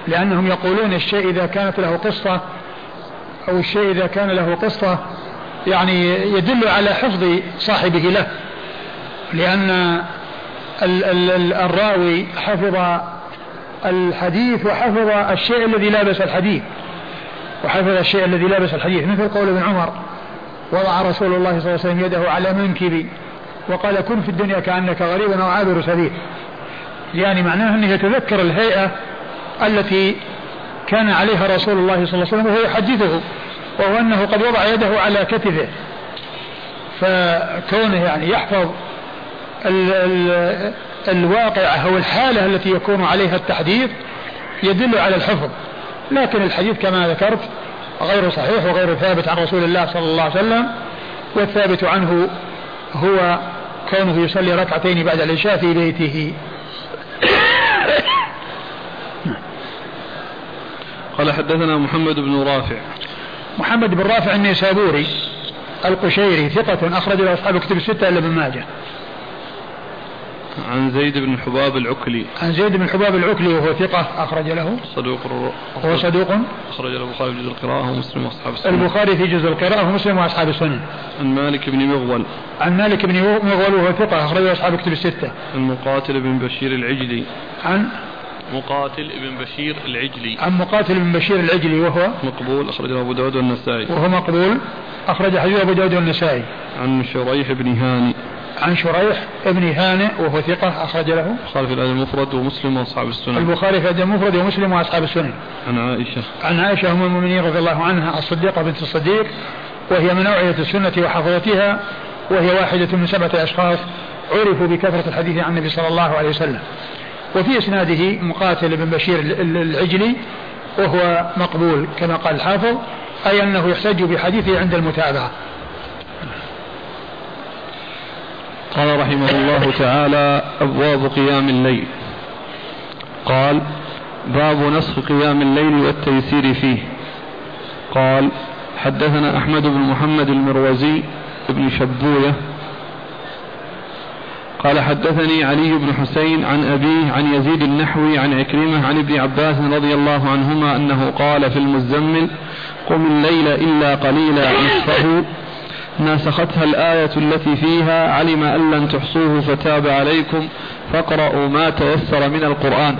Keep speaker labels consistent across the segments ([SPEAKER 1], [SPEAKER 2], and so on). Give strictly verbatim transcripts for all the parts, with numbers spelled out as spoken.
[SPEAKER 1] لأنهم يقولون الشيء إذا كانت له قصة أو الشيء إذا كان له قصة يعني يدل على حفظ صاحبه له، لأن ال ال ال الراوي حفظ الحديث وحفظ الشيء الذي لابس الحديث وحفظ الشيء الذي لابس الحديث مثل قول ابن عمر: وضع رسول الله صلى الله عليه وسلم يده على منكبي وقال: كن في الدنيا كأنك غريب أو عابر سبيل. يعني معناه أنه يتذكر الهيئة التي كان عليها رسول الله صلى الله عليه وسلم وهو يحدثه، وهو أنه قد وضع يده على كتفه، فكونه يعني يحفظ ال ال الواقع أو الحالة التي يكون عليها التحديث يدل على الحفظ. لكن الحديث كما ذكرت غير صحيح وغير ثابت عن رسول الله صلى الله عليه وسلم، والثابت عنه هو كونه يصلي ركعتين بعد العشاء في بيته.
[SPEAKER 2] قال: حدثنا محمد بن رافع.
[SPEAKER 1] محمد بن رافع النيسابوري القشيري ثقة أخرج له أصحاب كتب الستة إلا ابن ماجه.
[SPEAKER 2] عن زيد بن حباب العكلي.
[SPEAKER 1] عن زيد بن حباب العكلي وهو ثقة أخرج له
[SPEAKER 2] صدوق
[SPEAKER 1] هو صدوق
[SPEAKER 2] أخرج له البخاري في جزء القراءة ومسلم وأصحاب السنن.
[SPEAKER 1] البخاري في جزء القراءة ومسلم وأصحاب السنن.
[SPEAKER 2] عن مالك بن مغول.
[SPEAKER 1] عن مالك بن مغول وهو ثقة أخرج له أصحاب كتب الستة.
[SPEAKER 2] عن مقاتل بن بشير العجلي.
[SPEAKER 1] عن
[SPEAKER 2] مقاتل بن بشير العجلي.
[SPEAKER 1] عن مقاتل بن بشير العجلي وهو
[SPEAKER 2] مقبول أخرجه أبو داود والنسائي.
[SPEAKER 1] وهو مقبول أخرج حديث أبو داود والنسائي.
[SPEAKER 2] عن شريح بن هاني.
[SPEAKER 1] عن شريح ابن هانئ وهو ثقة أخرج له
[SPEAKER 2] البخاري في الأدب المفرد ومسلم وأصحاب السنن.
[SPEAKER 1] البخاري في الأدب المفرد ومسلم وأصحاب السنن.
[SPEAKER 2] عن عائشة.
[SPEAKER 1] عن عائشة أم المؤمنين رضي الله عنها الصديقة بنت الصديق، وهي من أوعية السنة وحفظتها، وهي واحدة من سبعة أشخاص عرفوا بكثرة الحديث عن النبي صلى الله عليه وسلم. وفي إسناده مقاتل بن بشير العجلي وهو مقبول كما قال الحافظ، أي أنه يحتج بحديثه عند المتابعة.
[SPEAKER 2] قال رحمه الله تعالى: أبواب قيام الليل. قال: باب نسخ قيام الليل والتيسير فيه. قال: حدثنا أحمد بن محمد المروزي بن شبوية قال: حدثني علي بن حسين عن أبيه عن يزيد النحوي عن عكرمة عن ابن عباس رضي الله عنهما أنه قال في المزمل: قم الليل إلا قليلا نصفه، ناسختها الآية التي فيها: علم أن لن تحصوه فتاب عليكم فاقرأوا ما تيسر من القرآن،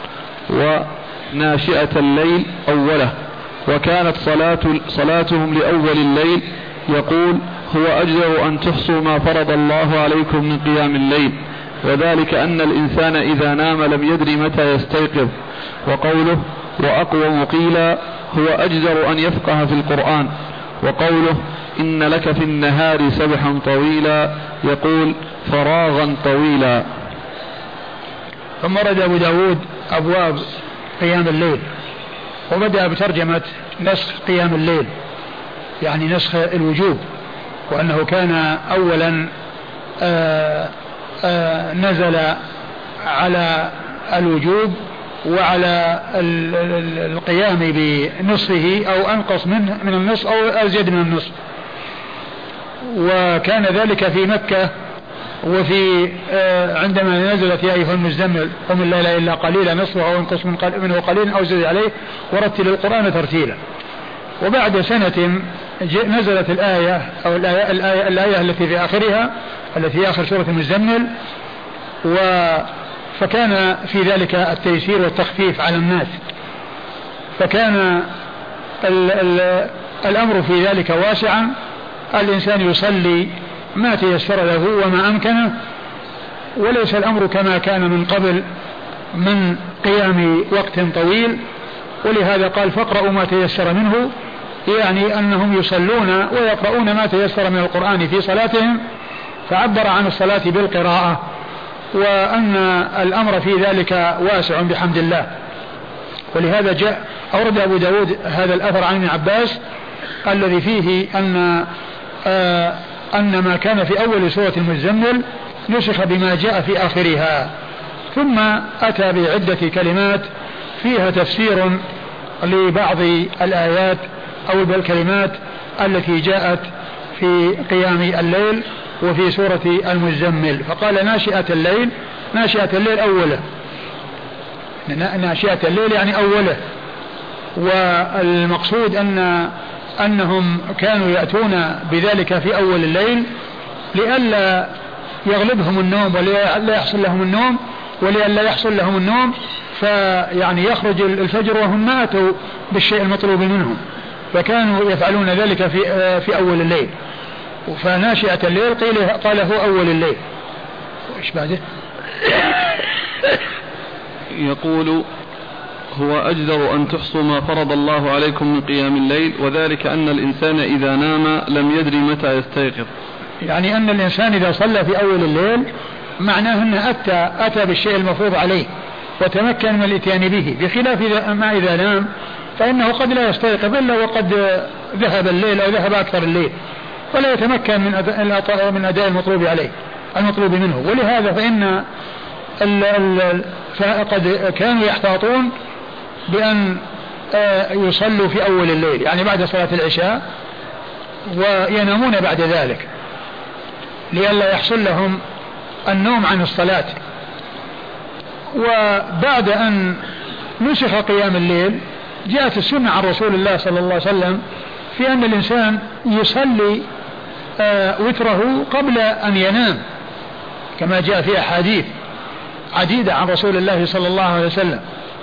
[SPEAKER 2] وناشئة الليل أوله. وكانت صلاة صلاتهم لأول الليل يقول: هو أجدر أن تحصوا ما فرض الله عليكم من قيام الليل، وذلك أن الإنسان إذا نام لم يدري متى يستيقظ. وقوله: وأقوم قيلا: هو أجدر أن يفقه في القرآن. وقوله: إن لك في النهار سبحا طويلا، يقول: فراغا طويلا.
[SPEAKER 1] ثم رد أبو داود أبواب قيام الليل، وبدأ بترجمة نسخ قيام الليل، يعني نسخ الوجوب، وأنه كان أولا آآ آآ نزل على الوجوب وعلى القيام بنصفه أو أنقص منه من النصف أو أزيد من النصف، وكان ذلك في مكة. وفي عندما نزلت يا أيها المزمل قم الليل إلا قليلا نصفه أو انقص منه قليلا أو زد عليه ورتل القرآن ترتيلا. وبعد سنة نزلت الآية أو الآية, الآية, الآية التي في آخرها التي في آخر سورة المزمل، فكان في ذلك التيسير والتخفيف على الناس، فكان ال ال الأمر في ذلك واسعا. الإنسان يصلي ما تيسر له وما أمكنه، وليس الأمر كما كان من قبل من قيام وقت طويل. ولهذا قال: فاقرأوا ما تيسر منه، يعني أنهم يصلون ويقرؤون ما تيسر من القرآن في صلاتهم، فعبر عن الصلاة بالقراءة، وأن الأمر في ذلك واسع بحمد الله. ولهذا جاء أورد أبو داود هذا الأثر عن ابن عباس الذي فيه أن آه أن ما كان في أول سورة المزمل نسخ بما جاء في آخرها، ثم أتى بعدة كلمات فيها تفسير لبعض الآيات أو الكلمات التي جاءت في قيام الليل وفي سورة المزمل. فقال: ناشئة الليل، ناشئة الليل أوله، ناشئة الليل يعني أوله. والمقصود أن أنهم كانوا يأتون بذلك في أول الليل لئلا يغلبهم النوم ولئلا يحصل لهم النوم ولئلا يحصل لهم النوم فيعني يخرج الفجر وهم ما أتوا بالشيء المطلوب منهم، فكانوا يفعلون ذلك في في أول الليل. فناشئة الليل قيل قال هو أول الليل. إيش بعده؟
[SPEAKER 2] يقول هو أجدر أن تحصوا ما فرض الله عليكم من قيام الليل، وذلك أن الإنسان إذا نام لم يدري متى يستيقظ.
[SPEAKER 1] يعني أن الإنسان إذا صلى في أول الليل معناه أنه أتى, أتى بالشيء المفروض عليه وتمكن من الاتيان به، بخلاف ما إذا نام فإنه قد لا يستيقظ إلا وقد ذهب الليل أو ذهب أكثر الليل ولا يتمكن من أداء, من أداء المطلوب عليه المطلوب منه. ولهذا فإن ال ال فقد كانوا يحتاطون بأن يصلوا في أول الليل يعني بعد صلاة العشاء وينامون بعد ذلك لئلا يحصل لهم النوم عن الصلاة. وبعد أن نسخ قيام الليل جاءت السنة عن رسول الله صلى الله عليه وسلم في أن الإنسان يصلي وتره قبل أن ينام كما جاء في أحاديث عديدة عن رسول الله صلى الله عليه وسلم.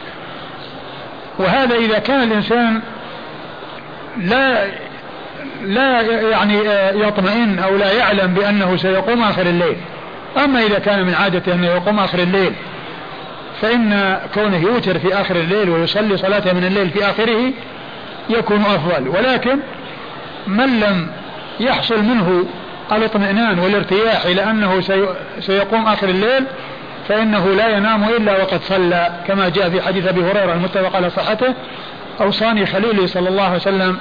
[SPEAKER 1] وهذا إذا كان الإنسان لا لا يعني يطمئن أو لا يعلم بأنه سيقوم آخر الليل. أما إذا كان من عادته أنه يقوم آخر الليل فإن كونه يوتر في آخر الليل ويصلي صلاته من الليل في آخره يكون أفضل. ولكن من لم يحصل منه الاطمئنان والارتياح إلى أنه سيقوم آخر الليل فإنه لا ينام إلا وقد صلى كما جاء في حديث أبي هريرة المتفق على صحته: أوصاني خليلي صلى الله عليه وسلم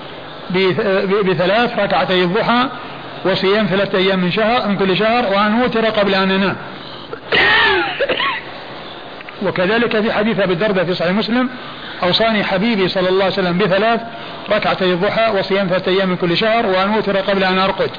[SPEAKER 1] بثلاث: ركعتي الضحى وصيام ثلاثة أيام من شهر من كل شهر وأن أوتر قبل أن أنام. وكذلك في حديث أبي الدرداء في صحيح مسلم: أوصاني حبيبي صلى الله عليه وسلم بثلاث: ركعتي الضحى وصيام ثلاثة أيام من كل شهر وأن أوتر قبل أن أرقد.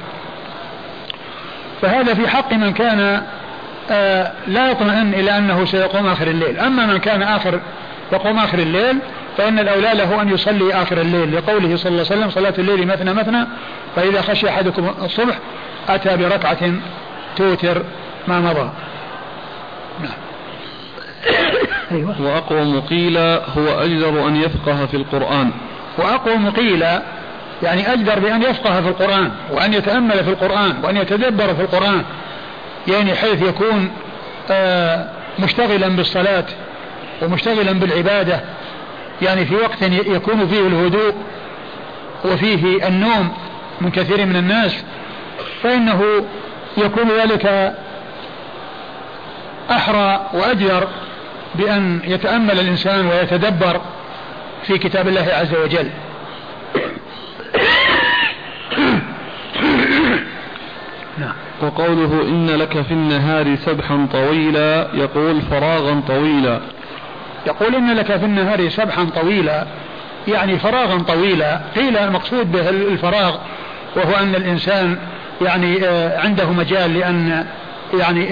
[SPEAKER 1] فهذا في حق من كان آه لا يطمئن إلى أنه سيقوم آخر الليل. أما من كان آخر يقوم آخر الليل فإن الأولى له أن يصلي آخر الليل لقوله صلى الله عليه وسلم: صلاة الليل مثنى مثنى فإذا خشي أحدكم الصبح أتى بركعة توتر ما مضى. نعم.
[SPEAKER 2] أيوة. وأقوم قيل هو أجدر أن يفقه في القرآن.
[SPEAKER 1] وأقوم قيل يعني أجدر بأن يفقه في القرآن وأن يتأمل في القرآن وأن يتدبر في القرآن، يعني حيث يكون آه مشتغلا بالصلاة ومشتغلا بالعبادة، يعني في وقت يكون فيه الهدوء وفيه النوم من كثير من الناس، فإنه يكون ذلك أحرى وأجدر بأن يتأمل الإنسان ويتدبر في كتاب الله عز وجل.
[SPEAKER 2] نعم. وقوله إن لك في النهار سبحا طويلا يقول فراغا طويلا.
[SPEAKER 1] يقول إن لك في النهار سبحا طويلا يعني فراغا طويلا. قيل المقصود به الفراغ وهو أن الإنسان يعني عنده مجال لأن يعني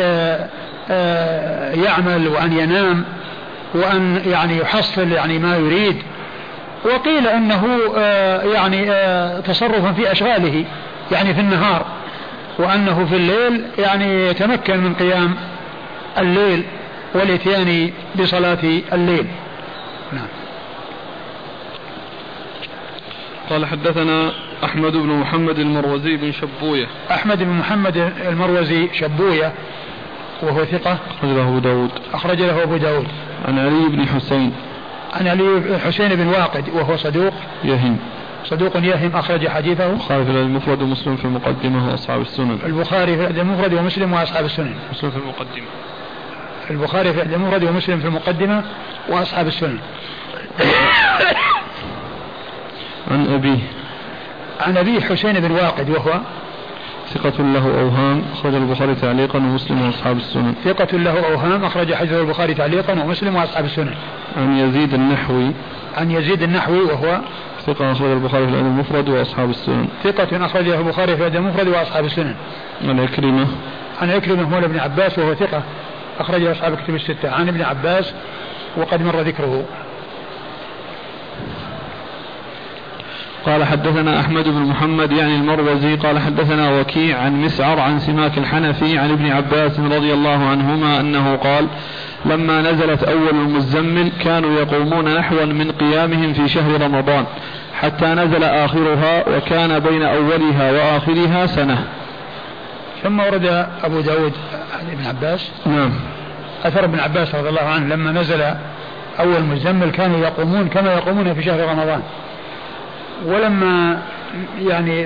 [SPEAKER 1] يعمل وأن ينام وأن يعني يحصل يعني ما يريد. وقيل أنه يعني تصرفا في أشغاله يعني في النهار، وأنه في الليل يعني يتمكن من قيام الليل والاتيان بصلاة الليل. نعم.
[SPEAKER 2] قال حدثنا أحمد بن محمد المروزي بن شبوية.
[SPEAKER 1] أحمد بن محمد المروزي شبوية وهو ثقة
[SPEAKER 2] أخرج له أبو داود.
[SPEAKER 1] أخرج له أبو داود.
[SPEAKER 2] عن علي بن حسين.
[SPEAKER 1] عن علي بن حسين بن واقد وهو صدوق
[SPEAKER 2] يهم.
[SPEAKER 1] صدوق يهم أخرج حديثه
[SPEAKER 2] البخاري في المفرد ومسلم في المقدمة وأصحاب السنن.
[SPEAKER 1] البخاري في المفرد ومسلم وأصحاب السنن.
[SPEAKER 2] مسلم في المقدمة.
[SPEAKER 1] البخاري في المفرد ومسلم في المقدمة وأصحاب السنن.
[SPEAKER 2] عن أبيه.
[SPEAKER 1] عن أبيه حسين بن واقد وهو
[SPEAKER 2] ثقة له أوهام أخرج البخاري تعليقا ومسلم وأصحاب السنن.
[SPEAKER 1] ثقة له أوهام أخرج حديثه البخاري تعليقا ومسلم وأصحاب السنن.
[SPEAKER 2] عن يزيد النحوي.
[SPEAKER 1] عن يزيد النحوي وهو
[SPEAKER 2] ثقة أخرج البخاري في الأدب المفرد وأصحاب السنن.
[SPEAKER 1] ثقة أخرجه البخاري في الأدب المفرد وأصحاب السنن.
[SPEAKER 2] عن عكرمة.
[SPEAKER 1] عن عكرمة مولى ابن عباس وهو ثقة أخرجه أصحاب الكتب الستة. عن ابن عباس وقد مر ذكره.
[SPEAKER 2] قال حدثنا أحمد بن محمد يعني المروزي قال حدثنا وكيع عن مسعر عن سماك الحنفي عن ابن عباس رضي الله عنهما أنه قال لما نزلت أول المزمل كانوا يقومون نحوا من قيامهم في شهر رمضان حتى نزل آخرها وكان بين أولها وآخرها سنة.
[SPEAKER 1] ثم ورد أبو داود عن ابن عباس
[SPEAKER 2] نعم
[SPEAKER 1] أثر ابن عباس رضي الله عنه لما نزل أول مزمل كانوا يقومون كما يقومون في شهر رمضان، ولما يعني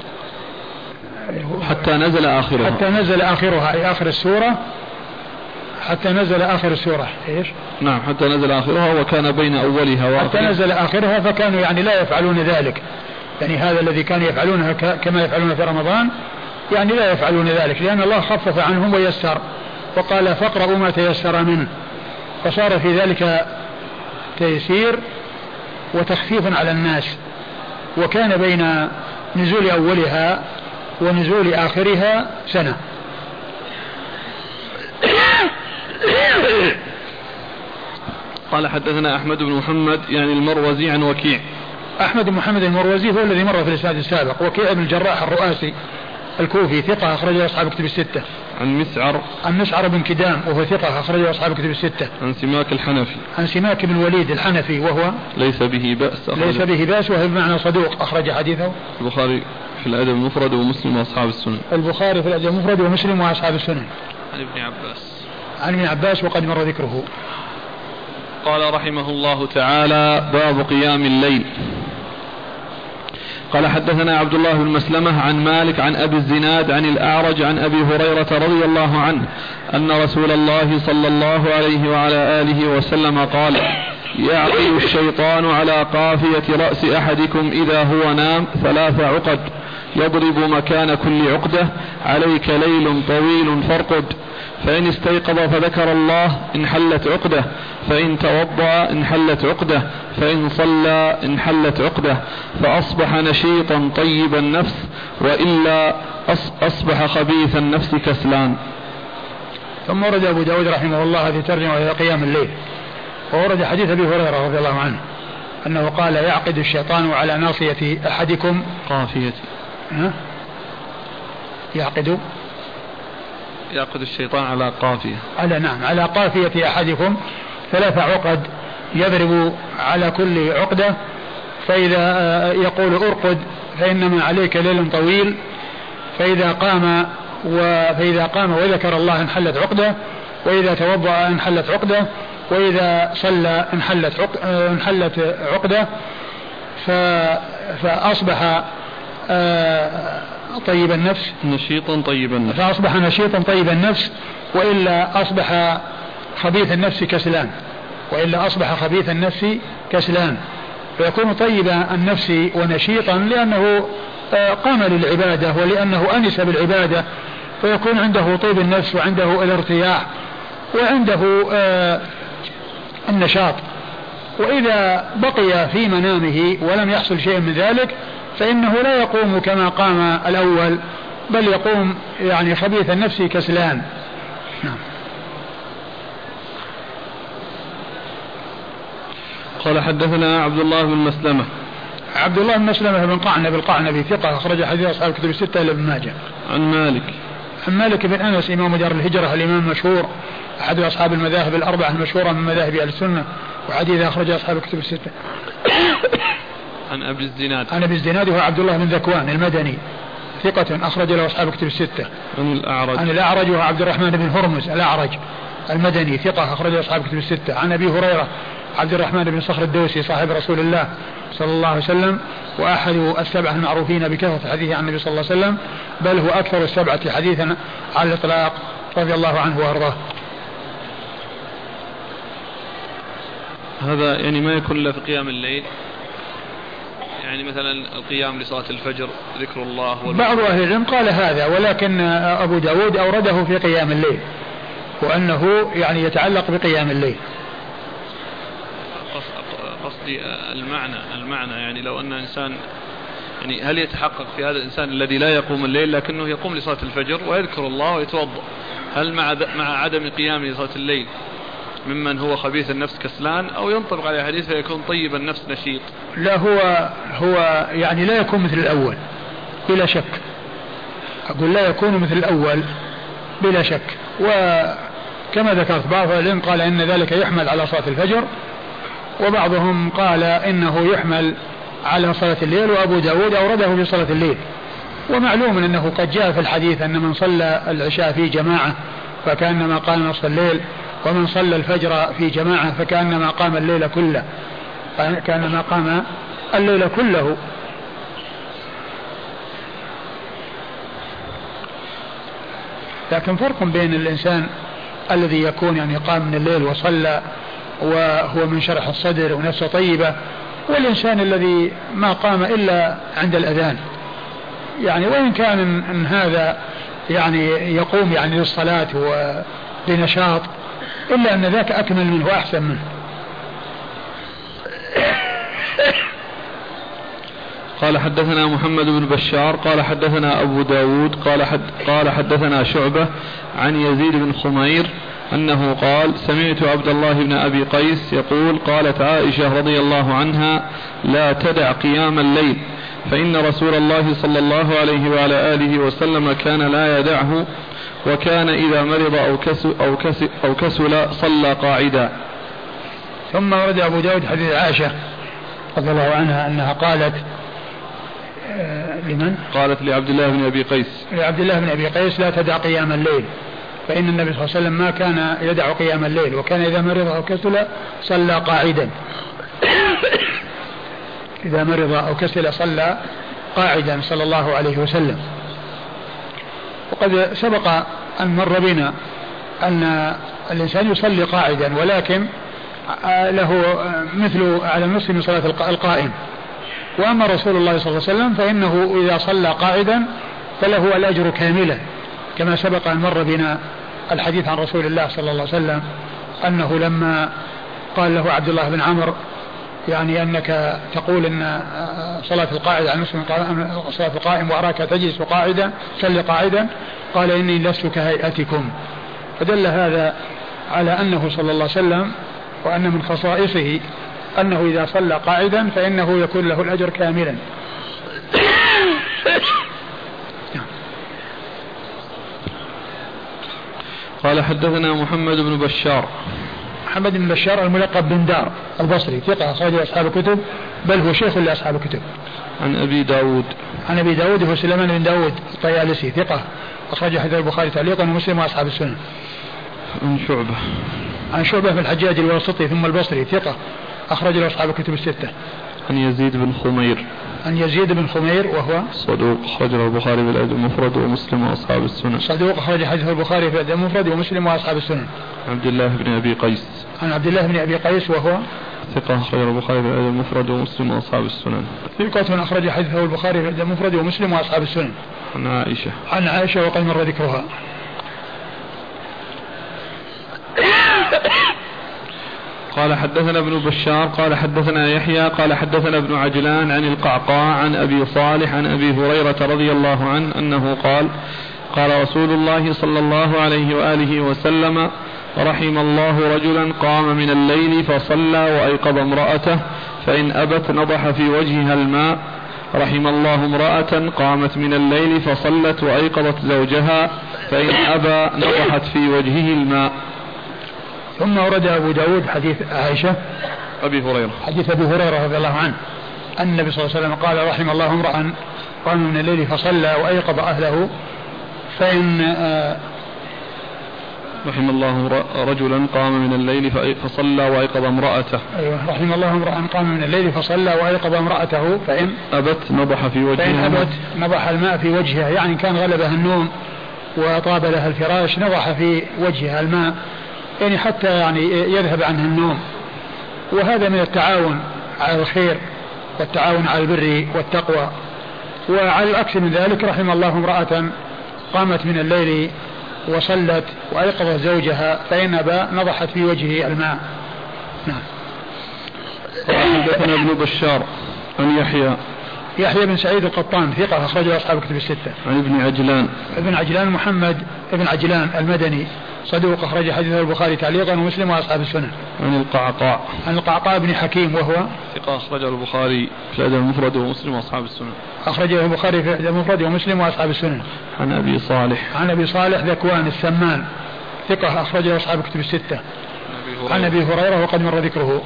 [SPEAKER 2] حتى نزل آخرها
[SPEAKER 1] حتى نزل آخرها أي آخر السورة حتى نزل آخر السورة إيش؟
[SPEAKER 2] نعم حتى نزل آخرها وكان بين أولها وآخرها
[SPEAKER 1] حتى نزل آخرها فكانوا يعني لا يفعلون ذلك، يعني هذا الذي كانوا يفعلونه كما يفعلون في رمضان يعني لا يفعلون ذلك، لأن الله خفف عنهم ويسر وقال فاقرأوا ما تيسر منه، فصار في ذلك تيسير وتخفيف على الناس. وكان بين نزول أولها ونزول آخرها سنة.
[SPEAKER 2] قال حدثنا أحمد بن محمد يعني المروزي عن وكيع.
[SPEAKER 1] أحمد بن محمد المروزي هو الذي مر في الإسناد السابق. وكيع بن الجراح الرؤاسي الكوفي ثقة أخرجه أصحاب كتب الستة.
[SPEAKER 2] عن مسعر
[SPEAKER 1] عن مسعر بن كدام وهو ثقة أخرجه أصحاب كتب الستة.
[SPEAKER 2] عن سماك الحنفي
[SPEAKER 1] عن سماك بن الوليد الحنفي وهو
[SPEAKER 2] ليس به بأس
[SPEAKER 1] ليس به بأس وهو بمعنى صدوق أخرج حديثه
[SPEAKER 2] البخاري في الأدب المفرد ومسلم وأصحاب السنن.
[SPEAKER 1] البخاري في الأدب المفرد ومسلم وأصحاب السنن.
[SPEAKER 2] عن ابن عباس
[SPEAKER 1] عن ابن عباس وقد مر ذكره.
[SPEAKER 2] قال رحمه الله تعالى باب قيام الليل. قال حدثنا عبد الله بن مسلمة عن مالك عن أبي الزناد عن الأعرج عن أبي هريرة رضي الله عنه أن رسول الله صلى الله عليه وعلى آله وسلم قال يعقد الشيطان على قافية رأس أحدكم إذا هو نام ثلاث عقد يضرب مكان كل عقدة عليك ليل طويل فارقد فإن استيقظ فذكر الله انحلت عقدة فإن توضأ انحلت عقدة فإن صلى انحلت عقدة فأصبح نشيطا طيب النفس وإلا أصبح خبيث النفس كسلان.
[SPEAKER 1] ثم ورد أبو داود رحمه الله في ترجمة إلى قيام الليل وورد حديث أبي هريرة رضي الله عنه أنه قال يعقد الشيطان على ناصية أحدكم
[SPEAKER 2] قافية
[SPEAKER 1] ها؟ يعقد
[SPEAKER 2] يعقد الشيطان على قافية
[SPEAKER 1] على نعم على قافية أحدكم ثلاث عقد يضرب على كل عقدة فإذا يقول أرقد فإنما عليك ليل طويل فإذا قام فإذا قام وذكر الله انحلت عقدة وإذا توضأ انحلت عقدة وإذا صلى انحلت عقدة, انحلت عقدة فأصبح طيب النفس
[SPEAKER 2] نشيطا طيب النفس
[SPEAKER 1] فأصبح نشيطا طيب النفس وإلا أصبح خبيث النفس كسلان وإلا أصبح خبيث النفس كسلان فيكون طيب النفس ونشيطا لأنه قام للعبادة ولأنه أنس بالعبادة فيكون عنده طيب النفس وعنده الارتياح وعنده النشاط. وإذا بقي في منامه ولم يحصل شيء من ذلك فإنه لا يقوم كما قام الأول بل يقوم يعني خبيث النفس كسلان. نعم.
[SPEAKER 2] قال حدثنا عبد الله بن مسلمة
[SPEAKER 1] عبد الله بن مسلمة بن قعنب القعنبي ثقة أخرج حديث أصحاب الكتب الستة إلا ابن ماجه.
[SPEAKER 2] عن مالك
[SPEAKER 1] عن مالك بن أنس إمام دار الهجرة الإمام المشهور أحد أصحاب المذاهب الأربعة المشهورة من مذاهب أهل السنة وحديث أخرج أصحاب الكتب الستة.
[SPEAKER 2] عن أبي الزناد
[SPEAKER 1] عن أبي الزناد هو عبد الله بن ذكوان المدني ثقة أخرج له أصحاب الكتب الستة.
[SPEAKER 2] عن الأعرج
[SPEAKER 1] عن الأعرج وهو عبد الرحمن بن هرمز الأعرج المدني ثقة أخرج له أصحاب الكتب الستة. عن أبي هريرة عبد الرحمن بن صخر الدوسي صاحب رسول الله صلى الله عليه وسلم وأحد السبعة المعروفين بكثرة الحديث عن النبي صلى الله عليه وسلم بل هو أكثر السبعة حديثا على الإطلاق رضي الله عنه وأرضاه.
[SPEAKER 2] هذا يعني ما يكون إلا في قيام الليل يعني مثلا القيام لصلاة الفجر ذكر الله
[SPEAKER 1] بعض أهل العلم قال هذا ولكن أبو داود أورده في قيام الليل وأنه يعني يتعلق بقيام الليل.
[SPEAKER 2] قصدي المعنى المعنى يعني لو أن إنسان يعني هل يتحقق في هذا الإنسان الذي لا يقوم الليل لكنه يقوم لصلاة الفجر ويذكر الله ويتوضأ هل مع مع عدم قيامه لصلاة الليل ممن هو خبيث النفس كسلان، أو ينطبق على حديث فيكون طيب النفس نشيط؟
[SPEAKER 1] لا، هو هو يعني لا يكون مثل الأول بلا شك. أقول لا يكون مثل الأول بلا شك. وكما ذكرت بعض العلم قال إن ذلك يحمل على صلاة الفجر، وبعضهم قال إنه يحمل على صلاة الليل، وأبو داود أورده في صلاة الليل. ومعلوم أنه قد جاء في الحديث أن من صلى العشاء في جماعة فكأنما قام نصف الليل، ومن صلى الفجر في جماعة فكأنما قام الليل كله، كأنما قام الليل كله. لكن فرق بين الإنسان الذي يكون يعني قام من الليل وصلى وهو من شرح الصدر ونفسه طيبة، والإنسان الذي ما قام إلا عند الأذان. يعني وإن كان إن هذا يعني يقوم يعني للصلاة وبنشاط، إلا أن ذاك أكمل منه وأحسن منه.
[SPEAKER 2] قال حدثنا محمد بن بشار قال حدثنا أبو داود قال, حد قال حدثنا شعبة عن يزيد بن خمير أنه قال سمعت عبد الله بن أبي قيس يقول قالت عائشة رضي الله عنها لا تدع قيام الليل، فإن رسول الله صلى الله عليه وعلى آله وسلم كان لا يدعه، وكان إذا مرض أو كسل, أو كسل, أو كسل صلى قاعدا.
[SPEAKER 1] ثم ورد أبو داود حديث عائشة رضي الله عنها أنها قالت لمن؟
[SPEAKER 2] قالت لعبد الله بن أبي قيس
[SPEAKER 1] لعبد الله بن أبي قيس لا تدع قيام الليل، فإن النبي صلى الله عليه وسلم ما كان يدع قيام الليل، وكان إذا مرض أو كسل صلى قاعدا. إذا مرض أو كسل صلى قاعدا صلى الله عليه وسلم. وقد سبق أن مر بنا أن الإنسان يصلي قاعدا، ولكن له مثل على النصف من صلاة القائم. وأما رسول الله صلى الله عليه وسلم فإنه إذا صلى قاعدا فله الأجر كاملا، كما سبق أن مر بنا الحديث عن رسول الله صلى الله عليه وسلم أنه لما قال له عبد الله بن عمرو يعني أنك تقول أن صلاة القاعد عن نصف صلاة القائم وأراك تجلس قاعدا صلي قاعدا، قال إني لست كهيئتكم. فدل هذا على أنه صلى الله عليه وسلم وأن من خصائصه أنه إذا صلى قاعدا فإنه يكون له الأجر كاملا.
[SPEAKER 2] قال حدثنا محمد بن بشار
[SPEAKER 1] محمد بن بشار الملقب بن دار البصري ثقة أخرجه أصحاب الكتب، بل هو شيخ لأصحاب الكتب.
[SPEAKER 2] عن أبي داود
[SPEAKER 1] عن أبي داود هو سليمان بن داود الطيالسي ثقة أخرج حديث البخاري تعليقا ومسلم وأصحاب السنن.
[SPEAKER 2] عن شعبة
[SPEAKER 1] عن شعبة بن الحجاج الواسطي ثم البصري ثقة أخرج له أصحاب الكتب الستة.
[SPEAKER 2] عن يزيد بن خمير
[SPEAKER 1] عن يزيد بن خمير وهو
[SPEAKER 2] صدوق أخرجه البخاري في الأدب المفرد ومسلم وأصحاب السنن.
[SPEAKER 1] صدوق أخرج حديث البخاري في الأدب المفرد ومسلم وأصحاب السنن.
[SPEAKER 2] عبد الله بن أبي قيس
[SPEAKER 1] عن عبد الله بن أبي قيس وهو
[SPEAKER 2] ثقة أخرجه البخاري في الأدب المفرد ومسلم وأصحاب السنن.
[SPEAKER 1] ثقة أخرج حديثه البخاري في الأدب المفرد ومسلم وأصحاب السنن.
[SPEAKER 2] عن عائشة
[SPEAKER 1] عن عائشة وقد مر ذكرها.
[SPEAKER 2] قال حدثنا ابن بشار قال حدثنا يحيى قال حدثنا ابن عجلان عن القعقاع عن أبي صالح عن أبي هريرة رضي الله عنه أنه قال قال رسول الله صلى الله عليه وآله وسلم رحم الله رجلا قام من الليل فصلى وأيقظ امرأته فإن أبت نضح في وجهها الماء. رحم الله امرأة قامت من الليل فصلت وأيقظت زوجها فإن أبى نضحت في وجهه الماء.
[SPEAKER 1] ثم ورد أبو داود حديث عائشة
[SPEAKER 2] أبي هريرة
[SPEAKER 1] حديث أبي هريرة رضي الله عنه أن النبي صلى الله عليه وسلم قال رحم الله امرأ قام من الليل فصلى وأيقظ أهله فإن آه
[SPEAKER 2] رحم الله رجلا قام من الليل فصلى وأيقظ امرأته.
[SPEAKER 1] أيوة رحم الله امرأ قام من الليل فصلى وأيقظ امرأته فإن
[SPEAKER 2] أبت نضح في وجهها
[SPEAKER 1] فإن أبت نضح الماء في وجهها، يعني كان غلبها النوم وطاب لها الفراش نضح في وجهها الماء، يعني حتى يعني يذهب عنها النوم. وهذا من التعاون على الخير والتعاون على البر والتقوى. وعلى العكس من ذلك رحم الله امرأة قامت من الليل وصلت وأيقظت زوجها فإن أبى نضحت في وجهه الماء. نعم.
[SPEAKER 2] حدثنا ابن بشار عن يحيى
[SPEAKER 1] يحيى بن سعيد القطان ثقة أخرجه أصحاب الكتب الستة.
[SPEAKER 2] عن ابن عجلان.
[SPEAKER 1] ابن عجلان محمد ابن عجلان المدني صدوق أخرج حديثه البخاري تعليقا ومسلم وأصحاب السنن.
[SPEAKER 2] عن القعقاع.
[SPEAKER 1] عن القعقاع بن حكيم وهو
[SPEAKER 2] ثقة أخرجه البخاري في الأدب المفرد ومسلم وأصحاب السنن.
[SPEAKER 1] أخرجه البخاري في الأدب المفرد ومسلم وأصحاب السنن.
[SPEAKER 2] عن أبي صالح.
[SPEAKER 1] عن أبي صالح ذكوان السمان ثقة أخرجه أصحاب الكتب الستة. عن أبي هريرة وقد مر ذكره.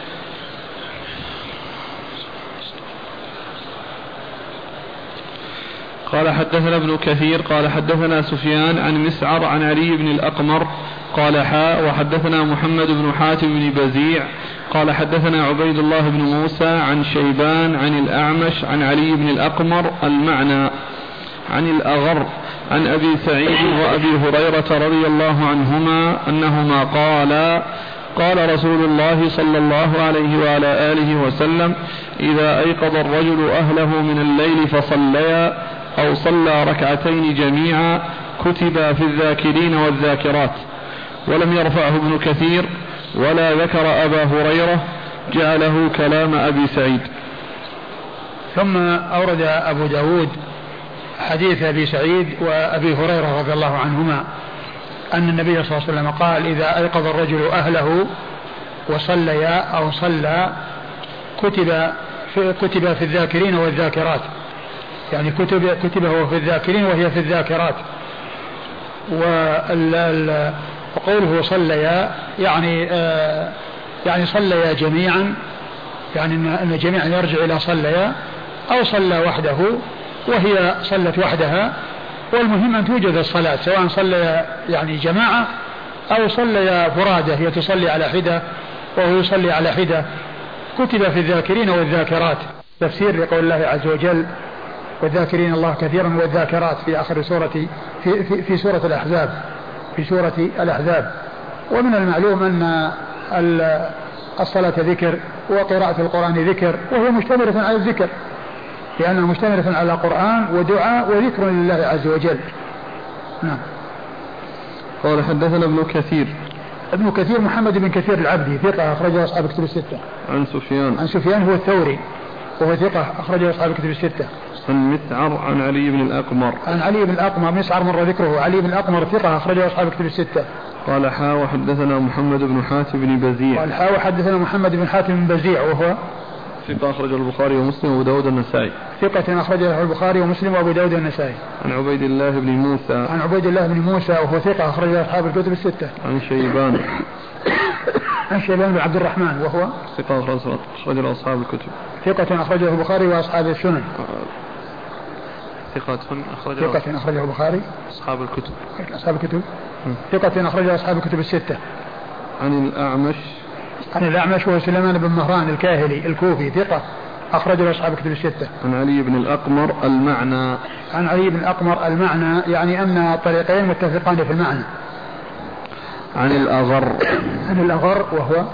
[SPEAKER 2] قال حدثنا ابن كثير قال حدثنا سفيان عن مسعر عن علي بن الأقمر قال حاء وحدثنا محمد بن حاتم بن بزيع قال حدثنا عبيد الله بن موسى عن شيبان عن الأعمش عن علي بن الأقمر المعنى. عن الأغر عن أبي سعيد وأبي هريرة رضي الله عنهما أنهما قالا قال رسول الله صلى الله عليه وعلى آله وسلم إذا أيقظ الرجل أهله من الليل فصليا أو صلى ركعتين جميعا كتب في الذاكرين والذاكرات. ولم يرفعه ابن كثير ولا ذكر أبا هريرة جعله كلام أبي سعيد.
[SPEAKER 1] ثم أورد أبو داود حديث أبي سعيد وأبي هريرة رضي الله عنهما أن النبي صلى الله عليه وسلم قال إذا أيقظ الرجل أهله وصليا أو صلى كتب في, كتب في الذاكرين والذاكرات، يعني كتب كتب هو في الذاكرين وهي في الذاكرات. وقوله صليا يعني آه يعني صليا جميعا، يعني أن جميعا يرجع إلى صليا أو صلى وحده وهي صلت وحدها. والمهم أن توجد الصلاة سواء صلى يعني جماعة أو صلى فرادة، هي تصلي على حدة وهو يصلي على حدة. كتب في الذاكرين والذاكرات، تفسير لقول الله عز وجل والذاكرين الله كثيرا والذاكرات في آخر سورة في, في, في سورة الأحزاب في سورة الأحزاب. ومن المعلوم أن الصلاة ذكر وقراءة القرآن ذكر، وهي مشتملة على الذكر لأنها مشتملة على قرآن ودعاء وذكر لله عز وجل. نعم.
[SPEAKER 2] قال حدثنا ابن كثير.
[SPEAKER 1] ابن كثير محمد بن كثير العبدي ثقة أخرجه أصحاب الكتب الستة.
[SPEAKER 2] عن سفيان.
[SPEAKER 1] عن سفيان هو الثوري وهو ثقة أخرجه أصحاب الكتب الستة.
[SPEAKER 2] عن مسعر عن علي بن الأقمر.
[SPEAKER 1] عن علي بن الأقمر مسعر مر ذكره. علي بن الأقمر ثقة أخرجه أصحاب الكتب الستة.
[SPEAKER 2] قال حا وحدثنا محمد بن حاتم بن بزيع.
[SPEAKER 1] قال حا وحدثنا محمد بن حاتم بن بزيع وهو
[SPEAKER 2] ثقة أخرجه البخاري ومسلم وأبو داود النسائي.
[SPEAKER 1] ثقة أخرجه البخاري ومسلم وأبو داود النسائي.
[SPEAKER 2] عن عبيد الله بن موسى.
[SPEAKER 1] عن عبيد الله بن موسى وهو ثقة أخرجه أصحاب الكتب الستة.
[SPEAKER 2] عن شيبان.
[SPEAKER 1] عن شيبان بن عبد الرحمن وهو
[SPEAKER 2] ثقة أخرجه أصحاب الكتب.
[SPEAKER 1] ثقة أخرجه البخاري وأصحاب السنن.
[SPEAKER 2] ثقة أخرجه
[SPEAKER 1] ثقة أخرجه البخاري
[SPEAKER 2] أصحاب الكتب.
[SPEAKER 1] أصحاب الكتب. ثقة أخرجه أصحاب الكتب الستة.
[SPEAKER 2] عن الأعمش.
[SPEAKER 1] عن الأعمش وهو سليمان بن مهران الكاهلي الكوفي ثقة أخرجه أصحاب الكتب الستة.
[SPEAKER 2] عن علي بن الأقمر المعنى.
[SPEAKER 1] عن علي بن الأقمر المعنى يعني أن الطريقين متفقان في المعنى.
[SPEAKER 2] عن الأغر.
[SPEAKER 1] عن الأغر وهو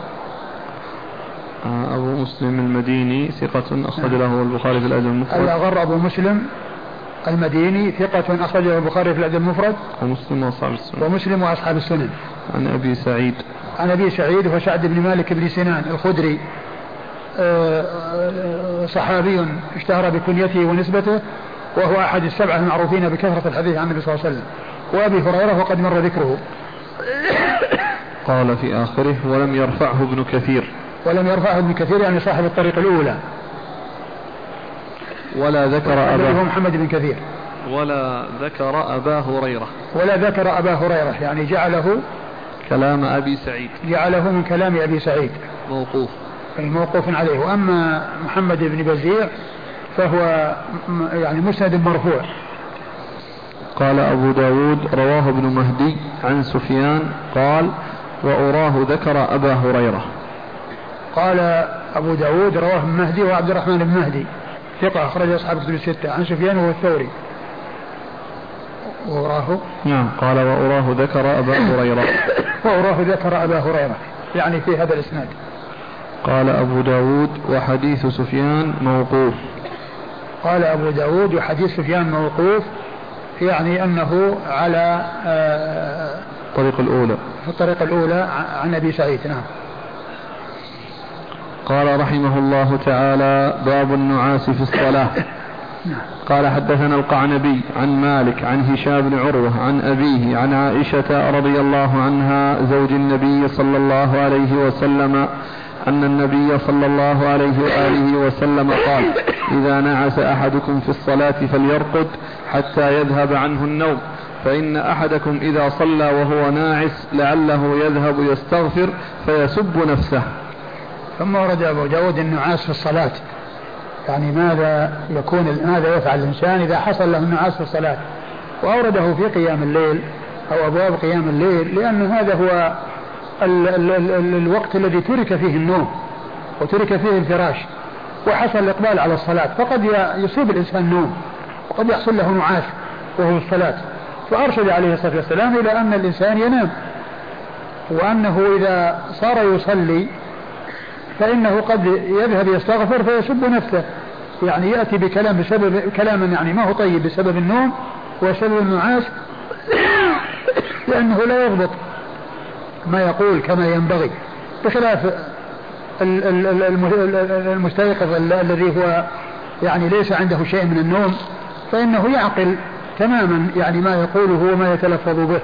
[SPEAKER 2] أبو مسلم المديني ثقة أخرج له البخاري في الأدب المفرد.
[SPEAKER 1] الأغر أبو مسلم المديني ثقة أخرجه البخاري في الأدب المفرد
[SPEAKER 2] ومسلم وأصحاب السنن.
[SPEAKER 1] ومسلم وأصحاب السنن.
[SPEAKER 2] عن أبي سعيد.
[SPEAKER 1] عن أبي سعيد هو سعد بن مالك بن سنان الخدري صحابي اشتهر بكنيته ونسبته، وهو أحد السبعة المعروفين بكثرة الحديث عن النبي صلى الله عليه وسلم. وأبي هريرة وقد مر ذكره.
[SPEAKER 2] قال في آخره ولم يرفعه ابن كثير.
[SPEAKER 1] ولم يرفعه ابن كثير يعني صاحب الطريق الأولى.
[SPEAKER 2] ولا ذكر أبا
[SPEAKER 1] محمد بن كثير.
[SPEAKER 2] ولا ذكر أبا هريرة.
[SPEAKER 1] ولا ذكر أبا هريرة يعني جعله
[SPEAKER 2] كلام أبي سعيد.
[SPEAKER 1] جعله من كلام أبي سعيد
[SPEAKER 2] موقوف.
[SPEAKER 1] موقوف عليه. وأما محمد بن بزيع فهو يعني مسند مرفوع.
[SPEAKER 2] قال أبو داود رواه ابن مهدي عن سفيان قال وأراه ذكر أبا هريرة.
[SPEAKER 1] قال أبو داود رواه ابن مهدي وعبد الرحمن بن مهدي ثقة أخرج أصحاب الكتب الستة. عن سفيان وهو الثوري. وأراه
[SPEAKER 2] نعم قال وأراه ذكر أبا هريرة.
[SPEAKER 1] وأراه ذكر أبا هريرة يعني في هذا الإسناد.
[SPEAKER 2] قال أبو داود وحديث سفيان موقوف.
[SPEAKER 1] قال أبو داود وحديث سفيان موقوف يعني أنه على
[SPEAKER 2] الطريق الأولى
[SPEAKER 1] في الطريق الأولى عن أبي سعيد. نعم.
[SPEAKER 2] قال رحمه الله تعالى: باب النعاس في الصلاة. قال: حدثنا القعنبي عن مالك عن هشام بن عروة عن أبيه عن عائشة رضي الله عنها زوج النبي صلى الله عليه وسلم أن النبي صلى الله عليه وآله وسلم قال: إذا نعس أحدكم في الصلاة فليرقد حتى يذهب عنه النوم، فإن أحدكم إذا صلى وهو ناعس لعله يذهب يستغفر فيسب نفسه.
[SPEAKER 1] ثم ورد أبو داود النعاس في الصلاة، يعني ماذا يكون ماذا يفعل الإنسان إذا حصل له النعاس في الصلاة، وأورده في قيام الليل أو أبواب قيام الليل، لأن هذا هو ال ال ال ال الوقت الذي ترك فيه النوم وترك فيه الفراش وحصل الإقبال على الصلاة، فقد يصيب الإنسان نوم وقد يحصل له نعاس وهو في الصلاة. فأرشد عليه الصلاة والسلام إلى أن الإنسان ينام، وأنه إذا صار يصلي فإنه قد يذهب يستغفر فيسب نفسه، يعني يأتي بكلام بسبب كلاما يعني ما هو طيب بسبب النوم وسبب النعاس، لأنه لا يضبط ما يقول كما ينبغي، بخلاف المستيقظ الذي هو يعني ليس عنده شيء من النوم، فإنه يعقل تماما يعني ما يقوله وما يتلفظ به،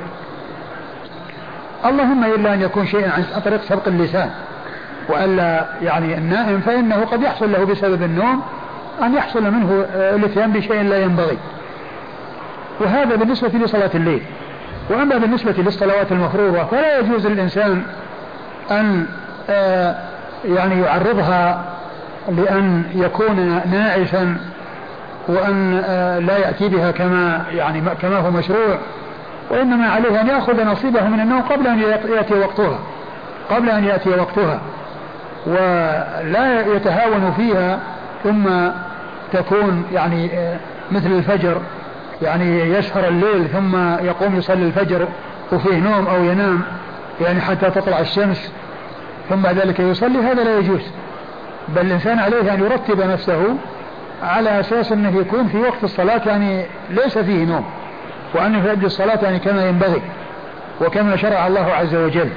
[SPEAKER 1] اللهم إلا أن يكون شيء عن طريق سبق اللسان، وألا يعني النائم فإنه قد يحصل له بسبب النوم أن يحصل منه الاتيان بشيء لا ينبغي. وهذا بالنسبة لصلاة الليل. وأما بالنسبة للصلوات المفروضة فلا يجوز للإنسان أن يعني يعرضها لأن يكون ناعسا وأن لا يأتي بها كما يعني كما هو مشروع، وإنما عليه أن يأخذ نصيبه من النوم قبل أن يأتي وقتها قبل أن يأتي وقتها ولا يتهاون فيها ثم تكون يعني مثل الفجر، يعني يسهر الليل ثم يقوم يصلي الفجر وفيه نوم أو ينام يعني حتى تطلع الشمس ثم بعد ذلك يصلي، هذا لا يجوز. بل الإنسان عليه أن يرتب نفسه على أساس أنه يكون في وقت الصلاة يعني ليس فيه نوم، وأنه يؤدي الصلاة يعني كما ينبغي وكما شرع الله عز وجل.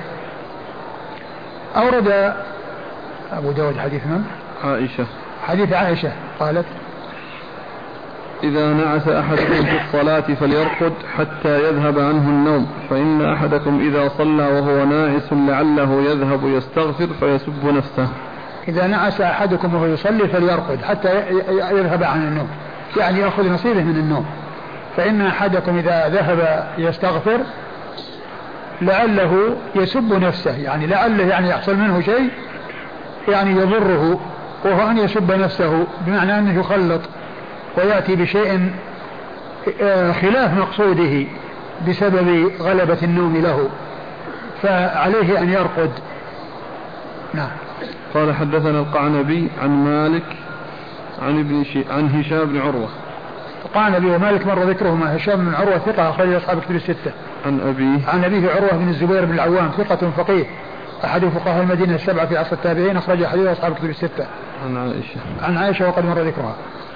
[SPEAKER 1] أورد أبو داود حديث من؟
[SPEAKER 2] عائشة
[SPEAKER 1] حديث عائشة قالت:
[SPEAKER 2] إذا نعس أحدكم في الصلاة فليرقد حتى يذهب عنه النوم، فإن أحدكم إذا صلى وهو ناعس لعله يذهب يستغفر فيسب نفسه.
[SPEAKER 1] إذا نعس أحدكم وهو يصلي فليرقد حتى يذهب عن النوم، يعني يأخذ نصيبه من النوم، فإن أحدكم إذا ذهب يستغفر لعله يسب نفسه، يعني لعله يعني يحصل منه شيء يعني يضره، وهو أن يسب نفسه بمعنى أنه يخلط ويأتي بشيء خلاف مقصوده بسبب غلبة النوم له، فعليه أن يرقد. نعم.
[SPEAKER 2] قال: حدثنا القعنبي عن مالك عن ابن شي... عن هشام بن عروة.
[SPEAKER 1] القعنبي ومالك مر ذكرهما. هشام بن عروة ثقة أخرج أصحاب كتب الستة.
[SPEAKER 2] عن أبيه
[SPEAKER 1] عن أبيه عروة بن الزبير بن العوام ثقة فقيه أحد فقهاء المدينة السبعة في عصر التابعين، أخرج حديث أصحاب كتب الستة.
[SPEAKER 2] عن عائشة
[SPEAKER 1] عن عائشة وقد مر ذكرها.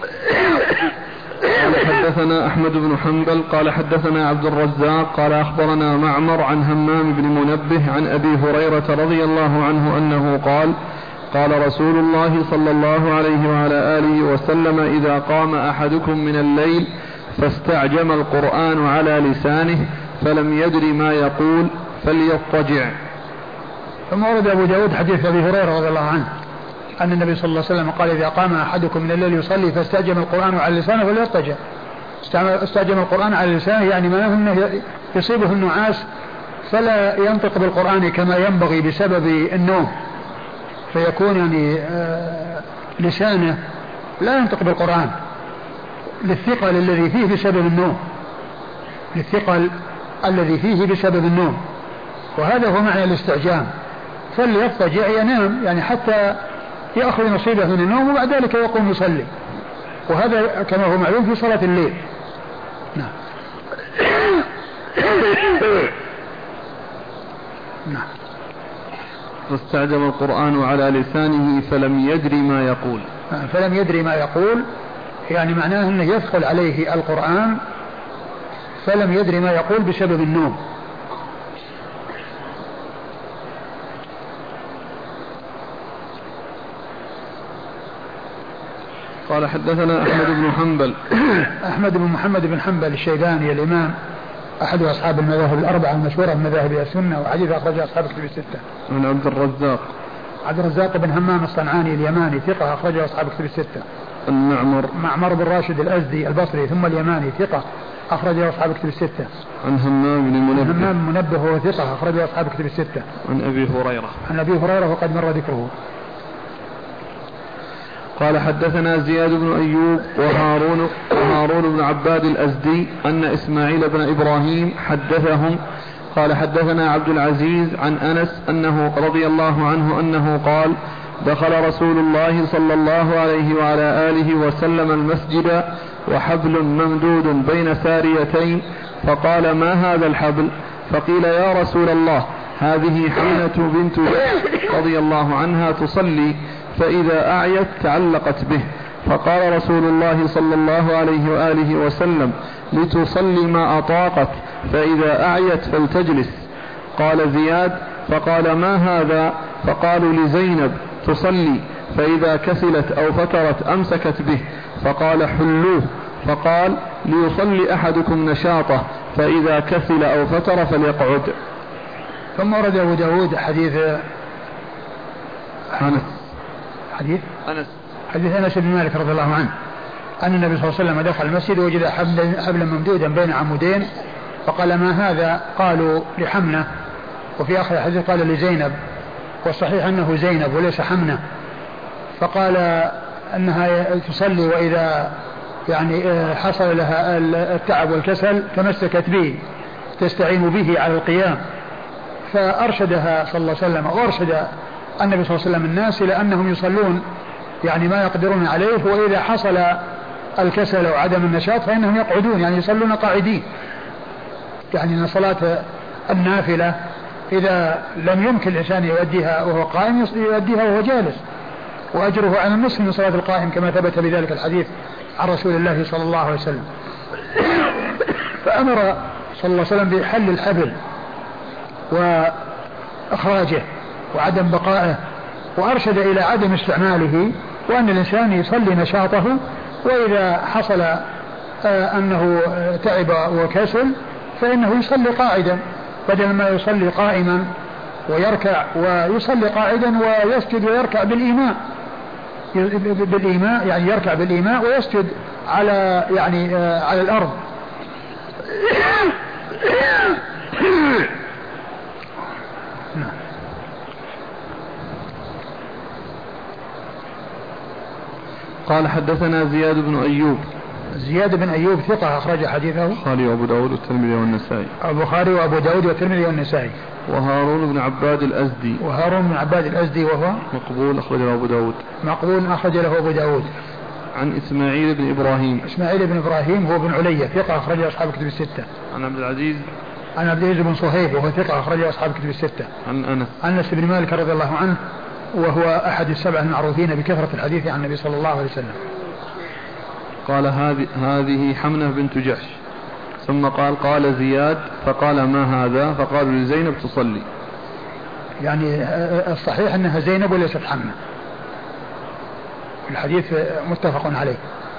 [SPEAKER 2] قال: حدثنا أحمد بن حنبل قال حدثنا عبد الرزاق قال أخبرنا معمر عن همام بن منبه عن أبي هريرة رضي الله عنه أنه قال: قال رسول الله صلى الله عليه وعلى آله وسلم: إذا قام أحدكم من الليل فاستعجم القرآن على لسانه فلم يدر ما يقول فليضطجع.
[SPEAKER 1] ثم ورد أبو داود حديث أبي هريرة رضي الله عنه أن النبي صلى الله عليه وسلم قال: إذا قام أحدكم من الليل يصلي فاستعجم القرآن على لسانه فليضطجع. استعجم القرآن على لسانه يعني معناه أنه يصيبه النعاس فلا ينطق بالقرآن كما ينبغي بسبب النوم، فيكون يعني لسانه لا ينطق بالقرآن للثقل الذي فيه بسبب النوم للثقل الذي فيه بسبب النوم وهذا هو معنى الاستعجام. فليضطجع ينام يعني حتى يأخذ نصيبه من النوم وبعد ذلك يقوم يصلي، وهذا كما هو معلوم في صلاة الليل. نعم. نعم.
[SPEAKER 2] فاستعجم القرآن على لسانه فلم يدري ما يقول.
[SPEAKER 1] فلم يدري ما يقول يعني معناه أنه يدخل عليه القرآن فلم يدري ما يقول بسبب النوم.
[SPEAKER 2] قال حدثنا أحمد بن حنبل.
[SPEAKER 1] أحمد بن محمد بن حنبل الشيباني الإمام أحد أصحاب المذاهب الأربعة المشهورة من مذاهب السنة، وحديث أخرجه أصحاب الكتب الستة.
[SPEAKER 2] عن عبد الرزاق.
[SPEAKER 1] عبد الرزاق بن همام الصنعاني اليماني ثقة أخرجه أصحاب الكتب الستة.
[SPEAKER 2] النعمر.
[SPEAKER 1] معمر بن راشد الأزدي البصري ثم اليماني ثقة أخرجه أصحاب الكتب الستة.
[SPEAKER 2] عن همام بن منبه.
[SPEAKER 1] همام بن منبه وهو ثقة أخرجه أصحاب الكتب الستة.
[SPEAKER 2] عن أبي هريرة.
[SPEAKER 1] عن أبي هريرة وقد مر ذكره.
[SPEAKER 2] قال حدثنا زياد بن أيوب وهارون, وهارون بن عباد الأزدي أن إسماعيل بن إبراهيم حدثهم قال حدثنا عبد العزيز عن أنس أنه رضي الله عنه أنه قال دخل رسول الله صلى الله عليه وعلى آله وسلم المسجد وحبل ممدود بين ساريتين، فقال ما هذا الحبل؟ فقيل يا رسول الله هذه حينة بنت رضي الله عنها تصلي، فإذا أعيت تعلقت به. فقال رسول الله صلى الله عليه وآله وسلم لتصلي ما أطاقت، فإذا أعيت فلتجلس. قال زياد فقال ما هذا؟ فقالوا لزينب تصلي، فإذا كسلت أو فترت أمسكت به. فقال حلوه. فقال ليصلي أحدكم نشاطه، فإذا كسل أو فتر فليقعد.
[SPEAKER 1] ثم ورد أبو داود حديث
[SPEAKER 2] أنس
[SPEAKER 1] حديث
[SPEAKER 2] أنس
[SPEAKER 1] حديث أنس بن مالك رضي الله عنه أن النبي صلى الله عليه وسلم دخل المسجد وجد حبلا ممدودا بين عمودين، فقال ما هذا؟ قالوا لحمنة. وفي آخر الحديث قال لزينب، والصحيح أنه زينب وليس حمنة. فقال أنها تصلي وإذا يعني حصل لها التعب والكسل تمسكت به تستعين به على القيام. فأرشدها صلى الله عليه وسلم وأرشد النبي صلى الله عليه وسلم الناس إلى أنهم يصلون يعني ما يقدرون عليه، وإذا حصل الكسل وعدم النشاط فإنهم يقعدون يعني يصلون قاعدين. يعني أن صلاة النافلة إذا لم يمكن الإنسان يؤديها وهو قائم يؤديها وهو جالس، وأجره على النصف من صلاة القائم كما ثبت بذلك الحديث عن رسول الله صلى الله عليه وسلم. فأمر صلى الله عليه وسلم بحل الحبل وإخراجه وعدم بقائه، وأرشد إلى عدم استعماله، وأن الإنسان يصلي نشاطه، وإذا حصل أنه تعب وكسل فإنه يصلي قاعدا بدل ما يصلي قائما ويركع، ويصلي قاعدا ويسجد ويركع بالإيماء بالإيماء يعني يركع بالإيماء ويسجد على يعني على الأرض.
[SPEAKER 2] قال حدثنا زياد بن أيوب.
[SPEAKER 1] زياد بن أيوب ثقة أخرج حديثه
[SPEAKER 2] البخاري وأبو داود والترمذي والنسائي.
[SPEAKER 1] البخاري وأبو داود والترمذي والنسائي.
[SPEAKER 2] وهارون بن عباد الأزدي.
[SPEAKER 1] وهارون بن عباد الأزدي وهو
[SPEAKER 2] مقبول أخرج له أبو داود.
[SPEAKER 1] مقبول أخرج له أبو داود.
[SPEAKER 2] عن إسماعيل بن إبراهيم.
[SPEAKER 1] إسماعيل بن إبراهيم هو بن علية ثقة أخرج أصحاب الكتب الستة.
[SPEAKER 2] عن عبد العزيز.
[SPEAKER 1] عن عبد العزيز بن صهيب وهو ثقة أخرج أصحاب الكتب الستة.
[SPEAKER 2] عن أنس.
[SPEAKER 1] أنس بن مالك رضي الله عنه وهو أحد السبع المعروفين بكثرة الحديث عن النبي صلى الله عليه وسلم.
[SPEAKER 2] قال هذه هذه حمنة بنت جحش، ثم قال قال زياد فقال ما هذا؟ فقالوا لزينب تصلي.
[SPEAKER 1] يعني الصحيح أنها زينب وليست حمنة، الحديث متفق عليه.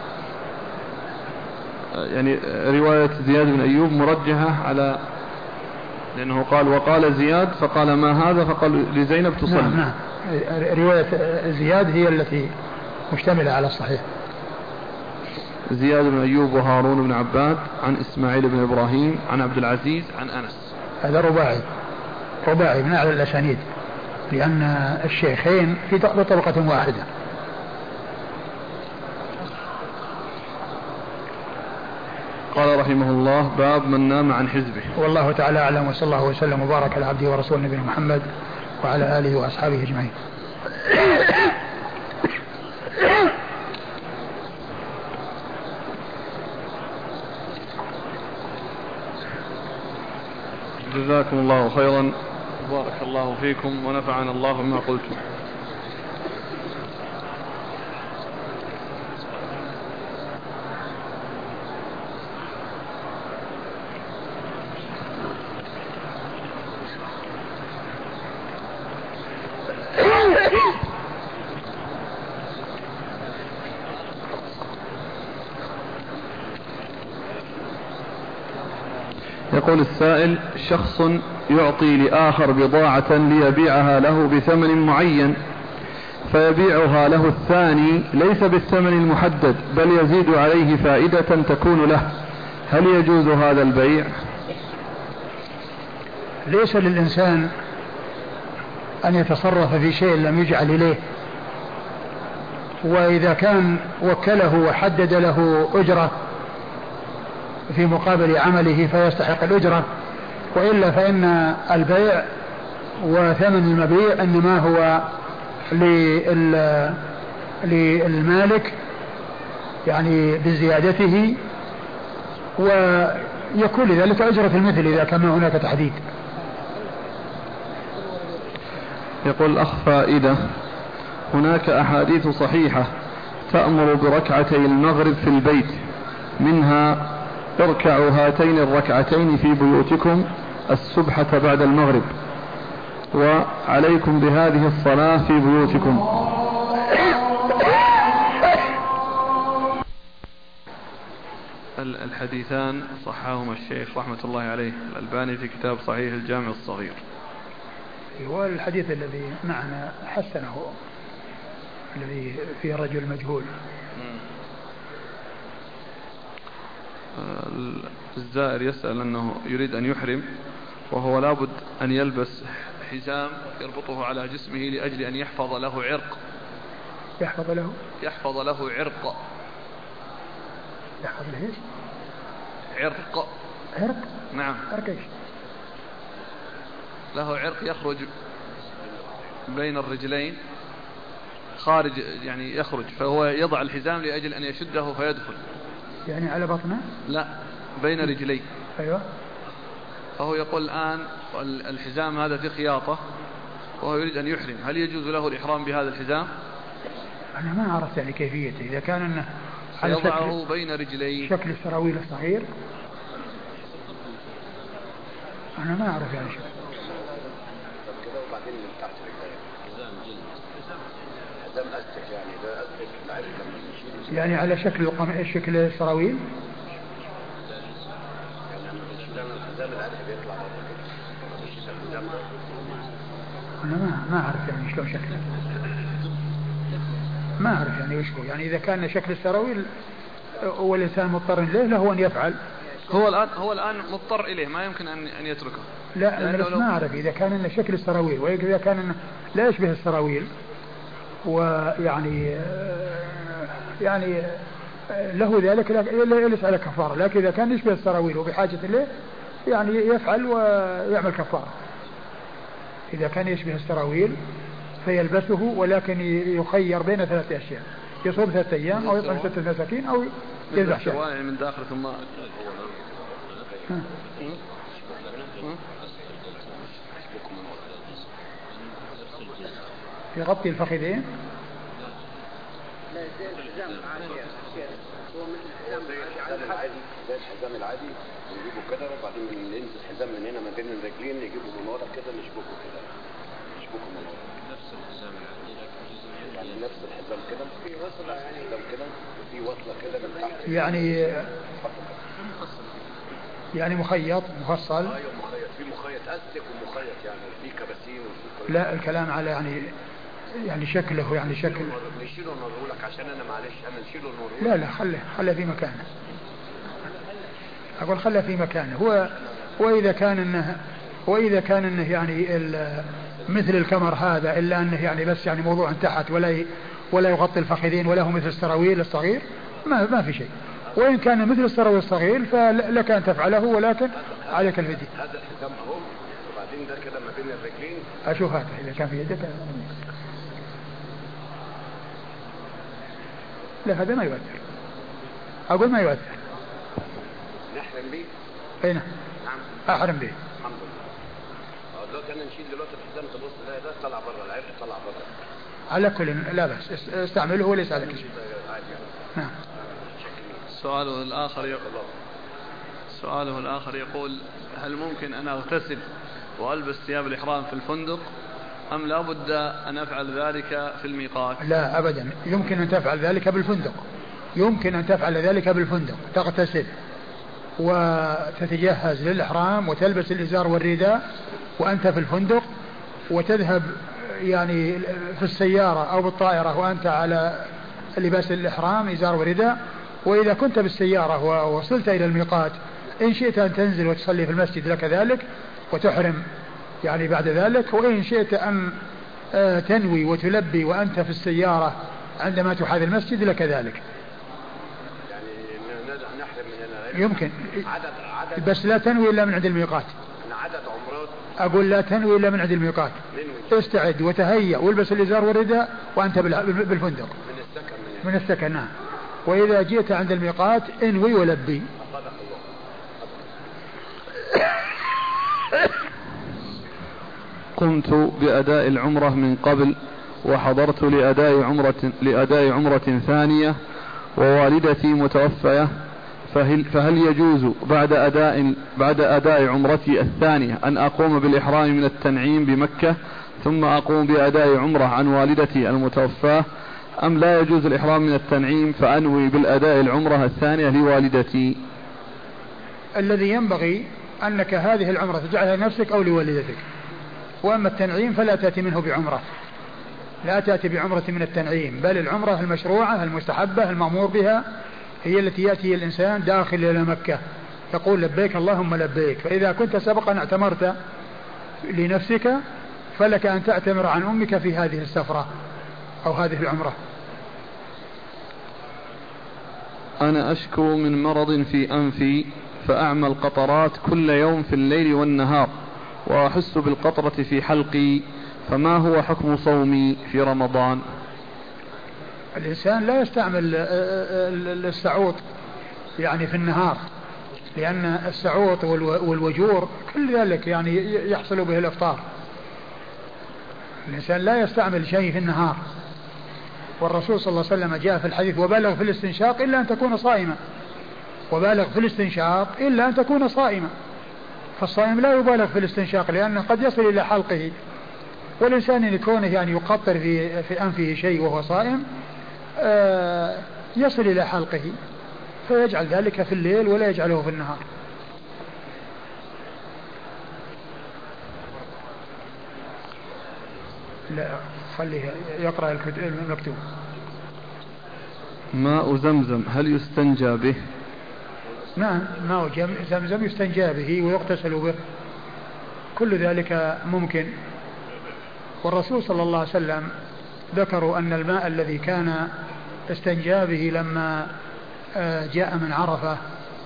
[SPEAKER 2] يعني رواية زياد بن أيوب مرجحة على، لأنه قال وقال زياد فقال ما هذا؟ فقال لزينب تصلي.
[SPEAKER 1] نعم نعم، رواية زياد هي التي مشتملة على الصحيح.
[SPEAKER 2] زياد بن أيوب وهارون بن عباد عن إسماعيل بن إبراهيم عن عبد العزيز عن أنس.
[SPEAKER 1] هذا رباعي رباعي من أعلى الأسانيد، لأن الشيخين في طبقة واحدة.
[SPEAKER 2] قال رحمه الله باب من نام عن حزبه.
[SPEAKER 1] والله تعالى أعلم، وصلى الله وسلم وبارك على عبده ورسوله نبينا محمد وعلى آله وأصحابه أجمعين.
[SPEAKER 2] جزاكم الله خيرا، بارك الله فيكم ونفعنا الله بما قلتم. يقول السائل: شخص يعطي لآخر بضاعة ليبيعها له بثمن معين، فيبيعها له الثاني ليس بالثمن المحدد بل يزيد عليه فائدة تكون له، هل يجوز هذا البيع؟
[SPEAKER 1] ليس للإنسان أن يتصرف في شيء لم يجعل إليه، وإذا كان وكله وحدد له أجرة في مقابل عمله فيستحق الأجرة، وإلا فإن البيع وثمن المبيع إنما هو للمالك يعني بزيادته، ويكون لذلك أجرة المثل إذا كان هناك تحديد.
[SPEAKER 2] يقول الأخ: فائدة: هناك أحاديث صحيحة تأمر بركعتي المغرب في البيت، منها: اركعوا هاتين الركعتين في بيوتكم السبحة بعد المغرب، وعليكم بهذه الصلاة في بيوتكم. الحديثان صححهما الشيخ رحمة الله عليه الألباني في كتاب صحيح الجامع الصغير.
[SPEAKER 1] هو الحديث الذي معنا حسنه الذي فيه رجل مجهول.
[SPEAKER 2] الزائر يسأل أنه يريد أن يحرم، وهو لابد أن يلبس حزام يربطه على جسمه لأجل أن يحفظ له عرق.
[SPEAKER 1] يحفظ له
[SPEAKER 2] يحفظ له عرق
[SPEAKER 1] يحفظ له
[SPEAKER 2] عرق
[SPEAKER 1] عرق
[SPEAKER 2] نعم
[SPEAKER 1] عرق ايش؟
[SPEAKER 2] له عرق يخرج بين الرجلين، خارج يعني يخرج، فهو يضع الحزام لأجل أن يشده فيدخل.
[SPEAKER 1] يعني على بطنه؟
[SPEAKER 2] لا، بين رجليه.
[SPEAKER 1] أيوة.
[SPEAKER 2] فهو يقول الآن الحزام هذا في خياطة وهو يريد أن يحرم، هل يجوز له الإحرام بهذا الحزام؟
[SPEAKER 1] أنا ما عرفت يعني كيفيته. إذا كان أنه على
[SPEAKER 2] يضعه بين رجليه
[SPEAKER 1] شكل السراويل الصغير، أنا ما أعرف يعني شو. يعني على شكل القم... شكل السراويل. أنا ما ما أعرف يعني شلون شكله، ما أعرف يعني وش هو. يعني إذا كان شكل السراويل والإنسان مضطر إليه له أن يفعل.
[SPEAKER 2] هو الآن هو الآن مضطر إليه، ما يمكن أن أن يتركه.
[SPEAKER 1] لا أنا بس ما أعرف إذا كان إنه شكل السراويل، وإذا كان إنه لا يشبه السراويل ويعني يعني له ذلك ليس على كفارة، لكن إذا كان يشبه السراويل وبحاجة إليه يعني يفعل ويعمل كفارة. إذا كان يشبه السراويل فيلبسه، ولكن يخير بين ثلاثة أشياء: يصوم ثلاثة أيام أو يطعم ستة مساكين أو يذبح شاة
[SPEAKER 2] من داخل ثم
[SPEAKER 1] يغطي الفخذين.
[SPEAKER 3] زي الحزام العادي نجيبه كده، وبعدين ننزل الحزام من هنا ما بين الرجلين نجيبه من ورا كده نشبكه كده نشبكه من ورا نفس الحزام العادي، يعني نفس الحزام كده في وصله، يعني حزام كده وفي وصله كده من تحت،
[SPEAKER 1] يعني يعني مخيط مفصل.
[SPEAKER 3] ايوه مخيط، في مخيط أسلك ومخيط يعني في كباسين.
[SPEAKER 1] لا الكلام على يعني يعني شكله يعني شكل
[SPEAKER 3] نشيله ونوريه لك عشان انا معلش انا نشيله ونوريه.
[SPEAKER 1] لا لا خله خله في مكانه، أقول خله في مكانه. هو وإذا كان إنه وإذا كان إنه يعني مثل الكمر هذا، إلا أنه يعني بس يعني موضوع تحت ولا ولا يغطي الفخذين ولا هو مثل السراويل الصغير، ما ما في شيء. وإن كان مثل السراويل الصغير فلك أن تفعله، ولكن عليك الفدية.
[SPEAKER 3] هذا الحزام أهو، وبعدين ده كده ما بين الرجلين.
[SPEAKER 1] أشوف هذا إذا كان في يدك. لا هذا ما يؤثر، أقول ما يؤثر.
[SPEAKER 3] نحرم به؟
[SPEAKER 1] أي نعم أحرم به.
[SPEAKER 3] الحمد لله. دلوقتي أنا نشيل دلوقتي الحزام، تبص تلاقي ده طلع بره، العرق طلع بره.
[SPEAKER 1] على كل لا بس استعمله وليس عليك شيء. نعم.
[SPEAKER 2] سؤاله الآخر يقول سؤاله الآخر يقول: هل ممكن أن أغتسل وألبس ثياب الإحرام في الفندق، أم لا بد أن أفعل ذلك في الميقات؟
[SPEAKER 1] لا أبدا، يمكن أن تفعل ذلك بالفندق، يمكن أن تفعل ذلك بالفندق، تغتسل وتتجهز للإحرام وتلبس الإزار والرداء وأنت في الفندق، وتذهب يعني في السيارة أو بالطائرة وأنت على لباس الإحرام إزار ورداء. وإذا كنت بالسيارة ووصلت إلى الميقات إن شئت أن تنزل وتصلي في المسجد لك ذلك وتحرم يعني بعد ذلك، وإن شئت أن تنوي وتلبي وأنت في السيارة عندما تحاذي المسجد لك ذلك.
[SPEAKER 3] يعني نحرم من هنا
[SPEAKER 1] يمكن
[SPEAKER 3] عدد عدد
[SPEAKER 1] بس لا تنوي إلا من عند الميقات.
[SPEAKER 3] عدد عمرات
[SPEAKER 1] أقول لا تنوي إلا من عند الميقات. استعد وتهيأ والبس الإزار والرداء وأنت بالفندق
[SPEAKER 3] من السكن
[SPEAKER 1] من, من السكن. نعم. وإذا جئت عند الميقات انوي ولبي.
[SPEAKER 2] قمت بأداء العمرة من قبل وحضرت لأداء عمرة, لأداء عمرة ثانية ووالدتي متوفية، فهل, فهل يجوز بعد أداء, بعد أداء عمرتي الثانية أن أقوم بالإحرام من التنعيم بمكة ثم أقوم بأداء عمرة عن والدتي المتوفاة، أم لا يجوز الإحرام من التنعيم فأنوي بالأداء العمرة الثانية لوالدتي؟
[SPEAKER 1] الذي ينبغي أنك هذه العمرة تجعلها لنفسك أو لوالدتك، وأما التنعيم فلا تأتي منه بعمرة، لا تأتي بعمرة من التنعيم، بل العمرة المشروعة المستحبة المأمور بها هي التي يأتي الإنسان داخل إلى مكة يقول لبيك اللهم لبيك. فإذا كنت سبقا اعتمرت لنفسك فلك أن تعتمر عن أمك في هذه السفرة أو هذه العمرة.
[SPEAKER 2] أنا أشكو من مرض في أنفي فأعمل قطرات كل يوم في الليل والنهار وأحس بالقطرة في حلقي، فما هو حكم صومي في رمضان؟
[SPEAKER 1] الإنسان لا يستعمل السعوط يعني في النهار، لأن السعوط والوجور كل ذلك يعني يحصل به الإفطار. الإنسان لا يستعمل شيء في النهار، والرسول صلى الله عليه وسلم جاء في الحديث وبالغ في الاستنشاق إلا أن تكون صائما، وبالغ في الاستنشاق إلا أن تكون صائما. فالصائم لا يبالغ في الاستنشاق لأنه قد يصل إلى حلقه، والإنسان يكونه يعني يقطر في, في أنفه شيء وهو صائم آه يصل إلى حلقه، فيجعل ذلك في الليل ولا يجعله في النهار. لا خليه يقرأ المكتوب.
[SPEAKER 2] ماء زمزم هل يستنجى به؟
[SPEAKER 1] نعم، ماء زمزم يستنجى به ويغتسل به، كل ذلك ممكن. والرسول صلى الله عليه وسلم ذكروا أن الماء الذي كان استنجى به لما جاء من عرفة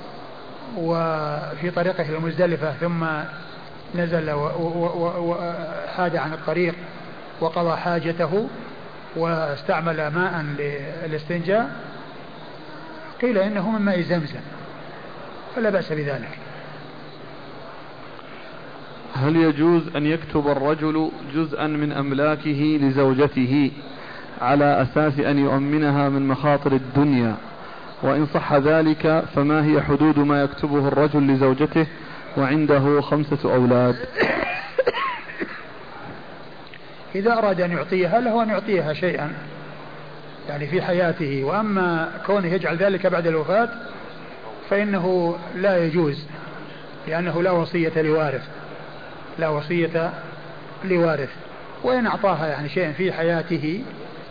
[SPEAKER 1] وفي طريقه إلى مزدلفة ثم نزل وحاد عن الطريق وقضى حاجته واستعمل ماء للاستنجاء، قيل إنه من ماء زمزم فلا بأس بذلك.
[SPEAKER 2] هل يجوز أن يكتب الرجل جزءا من أملاكه لزوجته على أساس أن يؤمنها من مخاطر الدنيا؟ وإن صح ذلك فما هي حدود ما يكتبه الرجل لزوجته وعنده خمسة أولاد؟
[SPEAKER 1] إذا أراد أن يعطيها له أن يعطيها شيئا يعني في حياته، وأما كونه يجعل ذلك بعد الوفاة فإنه لا يجوز، لأنه لا وصية لوارث، لا وصية لوارث. وإن أعطاها يعني شيئا في حياته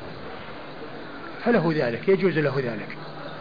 [SPEAKER 1] فله ذلك، يجوز له ذلك.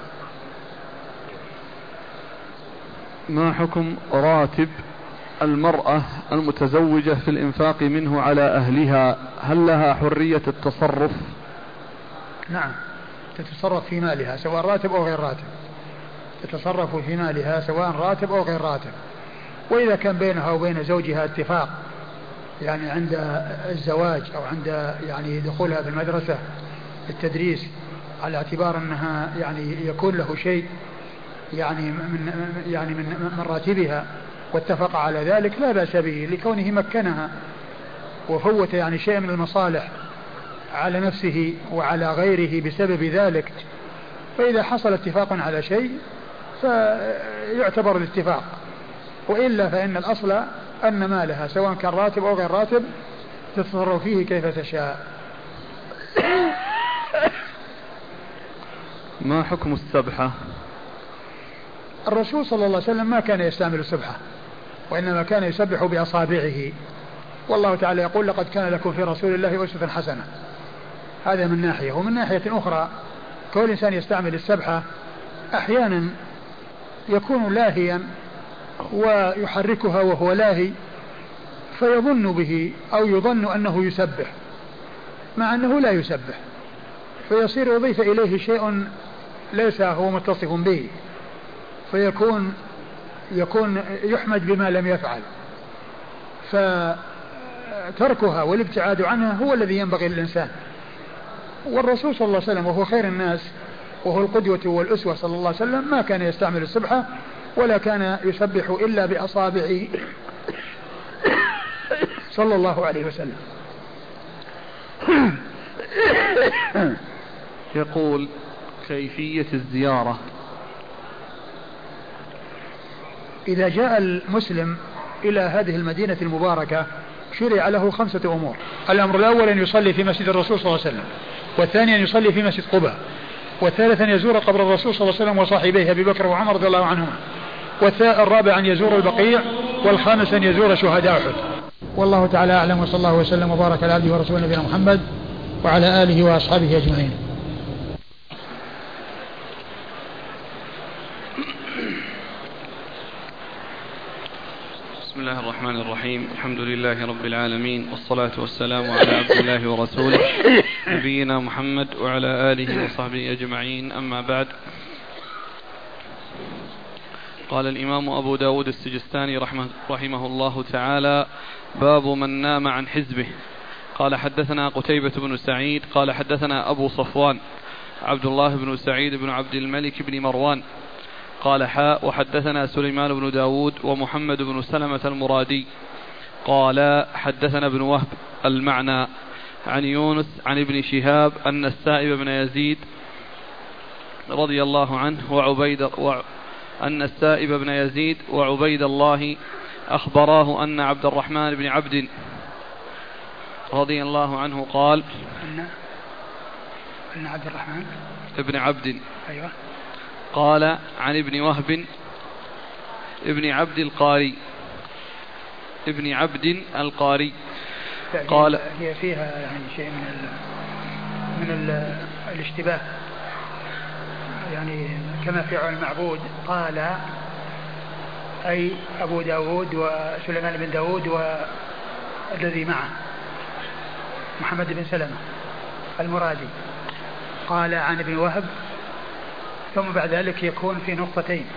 [SPEAKER 2] ما حكم راتب المرأة المتزوجة في الإنفاق منه على أهلها؟ هل لها حرية التصرف؟
[SPEAKER 1] نعم، تتصرف في مالها سواء راتب أو غير راتب، تتصرف في مالها سواء راتب أو غير راتب. وإذا كان بينها وبين زوجها اتفاق يعني عند الزواج أو عند يعني دخولها في المدرسة التدريس على اعتبار أنها يعني يكون له شيء يعني من يعني من من راتبها واتفق على ذلك لا بأس به، لكونه مكنها وفوت يعني شيء من المصالح على نفسه وعلى غيره بسبب ذلك. فإذا حصل اتفاق على شيء فيعتبر الاتفاق، وإلا فإن الأصل أن مالها سواء كان راتب أو غير راتب تتصرف فيه كيف تشاء.
[SPEAKER 2] ما حكم السبحة؟
[SPEAKER 1] الرسول صلى الله عليه وسلم ما كان يستعمل السبحة، وإنما كان يسبح بأصابعه. والله تعالى يقول لقد كان لكم في رسول الله أسوة حسنة. هذا من ناحية. ومن ناحية أخرى كل إنسان يستعمل السبحة أحيانا يكون لاهيا ويحركها وهو لاهي فيظن به أو يظن أنه يسبح مع أنه لا يسبح، فيصير يضيف إليه شيء ليس هو متصف به، فيكون يكون يحمد بما لم يفعل. فتركها والابتعاد عنها هو الذي ينبغي للإنسان. والرسول صلى الله عليه وسلم وهو خير الناس وهو القدوة والأسوة صلى الله عليه وسلم ما كان يستعمل السبحة ولا كان يسبح إلا بأصابعه صلى الله عليه وسلم.
[SPEAKER 2] يقول كيفية الزيارة.
[SPEAKER 1] إذا جاء المسلم إلى هذه المدينة المباركة شرع له خمسة أمور. الأمر الأول أن يصلي في مسجد الرسول صلى الله عليه وسلم، والثاني أن يصلي في مسجد قباء، والثالث أن يزور قبر الرسول صلى الله عليه وسلم وصاحبيه أبي بكر وعمر رضي الله عنهما، والرابع أن يزور البقيع، والخامس أن يزور شهداء أحد. والله تعالى أعلم، وصلى الله وسلم وبارك على عبده ورسوله نبينا محمد وعلى آله وأصحابه أجمعين.
[SPEAKER 2] بسم الله الرحمن الرحيم. الحمد لله رب العالمين، والصلاة والسلام على عبد الله ورسوله نبينا محمد وعلى آله وصحبه أجمعين. أما بعد، قال الإمام أبو داود السجستاني رحمه, رحمه الله تعالى: باب من نام عن حزبه. قال حدثنا قتيبة بن سعيد قال حدثنا أبو صفوان عبد الله بن سعيد بن عبد الملك بن مروان قال حاء وحدثنا سليمان بن داود ومحمد بن سلمة المرادي قال حدثنا ابن وهب المعنى عن يونس عن ابن شهاب أن السائب بن يزيد رضي الله عنه وعبيد و أن السائب بن يزيد وعبيد الله أخبراه أن عبد الرحمن بن عبد رضي الله عنه قال
[SPEAKER 1] أن أن عبد الرحمن
[SPEAKER 2] ابن عبد
[SPEAKER 1] أيوة
[SPEAKER 2] قال عن ابن وهب ابن عبد القاري ابن عبد القاري
[SPEAKER 1] قال هي فيها يعني شيء من ال من ال الاشتباه، يعني كما في علم المعبود قال أي أبو داود وسليمان بن داود والذي معه محمد بن سلمة المرادي قال عن ابن وهب، ثم بعد ذلك يكون في نقطتين: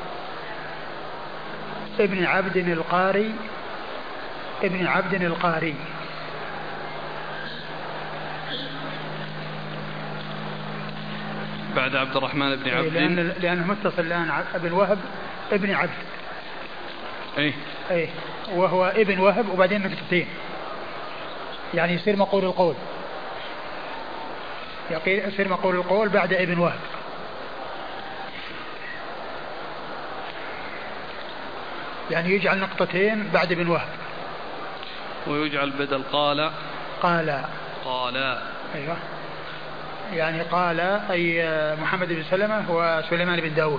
[SPEAKER 1] ابن عبد القاري ابن عبد القاري.
[SPEAKER 2] بعد عبد الرحمن بن عبد
[SPEAKER 1] لأن لأنه متصل الآن ابن وهب ابن عبد
[SPEAKER 2] أي
[SPEAKER 1] أي وهو ابن وهب وبعدين نقطتين، يعني يصير مقول القول يصير مقول القول بعد ابن وهب. يعني يجعل نقطتين بعد ابن وهب
[SPEAKER 2] ويجعل بدل قال
[SPEAKER 1] قال
[SPEAKER 2] قال
[SPEAKER 1] أيوة، يعني قال أي محمد بن سلمة وسليمان بن داود.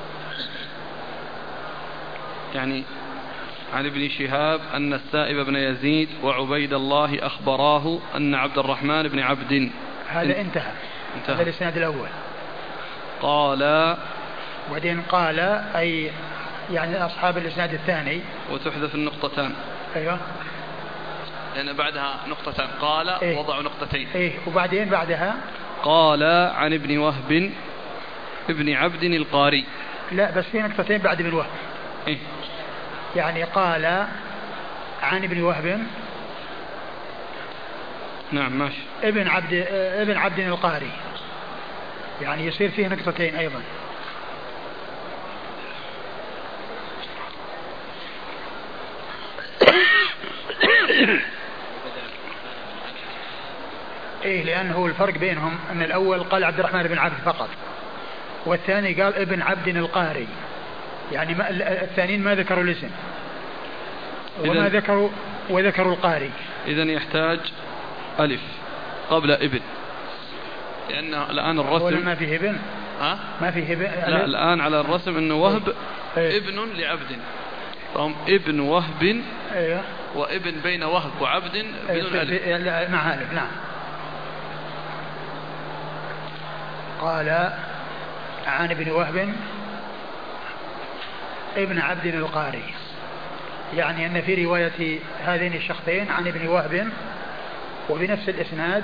[SPEAKER 2] يعني عن ابن شهاب أن السائب بن يزيد وعبيد الله أخبراه أن عبد الرحمن بن عبد.
[SPEAKER 1] هذا انتهى, انتهى. هذا الإسناد الأول.
[SPEAKER 2] قال
[SPEAKER 1] وبعدين قال أي يعني أصحاب الإسناد الثاني،
[SPEAKER 2] وتحذف النقطتان.
[SPEAKER 1] أيوة،
[SPEAKER 2] لأن بعدها نقطتان قال إيه؟ وضعوا نقطتين
[SPEAKER 1] إيه؟ وبعدين بعدها
[SPEAKER 2] قال عن ابن وهب ابن عبد القاري.
[SPEAKER 1] لا بس في نقطتين بعد ابن وهب
[SPEAKER 2] إيه؟
[SPEAKER 1] يعني قال عن ابن وهب
[SPEAKER 2] نعم ماشي
[SPEAKER 1] ابن عبد ابن عبد القاري، يعني يصير فيه نقطتين أيضا. إيه لأنه الفرق بينهم أن الأول قال عبد الرحمن بن عبد فقط، والثاني قال ابن عبد القاري، يعني ما الثانيين ما ذكروا الاسم وما ذكروا وذكروا القاري.
[SPEAKER 2] إذن يحتاج ألف قبل ابن، لأن الآن الرسم
[SPEAKER 1] ما فيه ابن
[SPEAKER 2] أه؟
[SPEAKER 1] ما فيه ابن.
[SPEAKER 2] لا الآن على الرسم أنه وهب
[SPEAKER 1] إيه؟
[SPEAKER 2] ابن لعبد، فهم ابن وهب.
[SPEAKER 1] أيوه.
[SPEAKER 2] وابن بين وهب وعبد بدون
[SPEAKER 1] أيه
[SPEAKER 2] ألف.
[SPEAKER 1] مع ألف نعم. قال عن ابن وهب ابن عبد القاري، يعني أن في رواية هذين الشخصين عن ابن وهب وبنفس الإسناد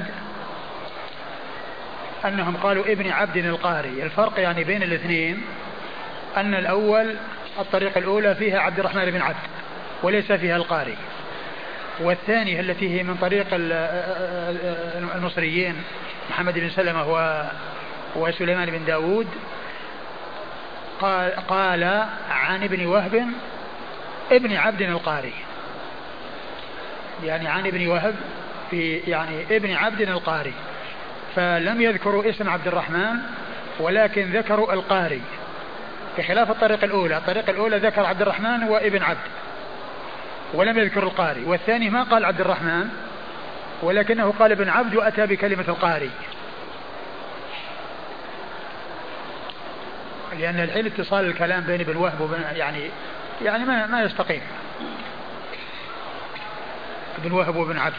[SPEAKER 1] أنهم قالوا ابن عبد القاري. الفرق يعني بين الاثنين أن الأول الطريقة الأولى فيها عبد الرحمن بن عبد وليس فيها القاري، والثانية التي هي من طريق المصريين محمد بن سلمة وسليمان بن داود قال, قال عن ابن وهب ابن عبد القاري، يعني عن ابن وهب في يعني ابن عبد القاري، فلم يذكروا اسم عبد الرحمن ولكن ذكروا القاري، بخلاف الطريقة الأولى. الطريقة الأولى ذكر عبد الرحمن وابن عبد ولم يذكر القاري، والثاني ما قال عبد الرحمن ولكنه قال ابن عبد وأتى بكلمة القاري، لأن الحين اتصال الكلام بين ابن وهب وبين يعني يعني ما ما يستقيم. ابن وهب وابن عبد.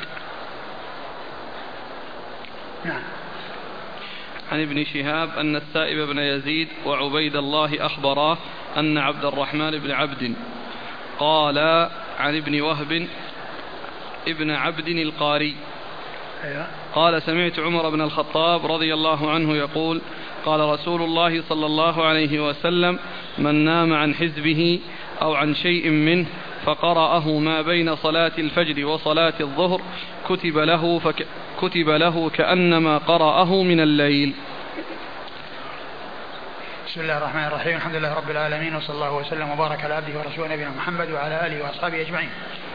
[SPEAKER 1] نعم.
[SPEAKER 2] عن ابن شهاب أن السائب بن يزيد وعبيد الله أخبراه أن عبد الرحمن بن عبد قال عن ابن وهب ابن عبد القاري قال سمعت عمر بن الخطاب رضي الله عنه يقول قال رسول الله صلى الله عليه وسلم من نام عن حزبه أو عن شيء منه فقرأه ما بين صلاة الفجر وصلاة الظهر كتب له, فك كتب له كأنما قرأه من الليل.
[SPEAKER 1] بسم الله الرحمن الرحيم. الحمد لله رب العالمين، وصلى الله وسلم وبارك على عبده ورسوله نبينا محمد وعلى آله وأصحابه أجمعين.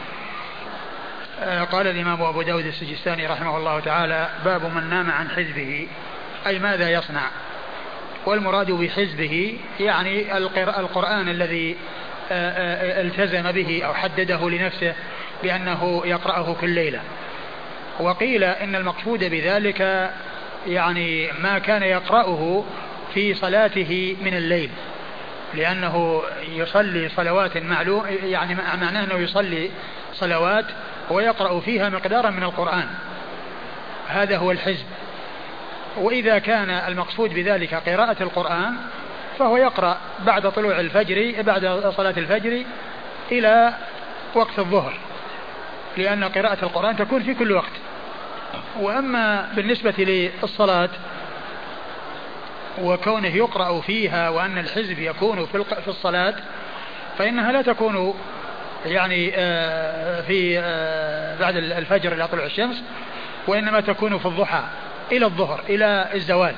[SPEAKER 1] قال الإمام أبو داود السجستاني رحمه الله تعالى باب من نام عن حزبه، أي ماذا يصنع؟ والمراد بحزبه يعني القرآن الذي التزم به أو حدده لنفسه بأنه يقرأه كل ليلة. وقيل إن المقصود بذلك يعني ما كان يقرأه في صلاته من الليل، لأنه يصلي صلوات معلوم، يعني معناه أنه يصلي صلوات ويقرأ فيها مقدارا من القرآن، هذا هو الحزب. وإذا كان المقصود بذلك قراءة القرآن فهو يقرأ بعد طلوع الفجر بعد صلاة الفجر إلى وقت الظهر، لأن قراءة القرآن تكون في كل وقت. وأما بالنسبة للصلاة وكونه يقرأ فيها وأن الحزب يكون في الصلاة فإنها لا تكون يعني في بعد الفجر إلى طلوع الشمس، وإنما تكون في الضحى إلى الظهر إلى الزوال.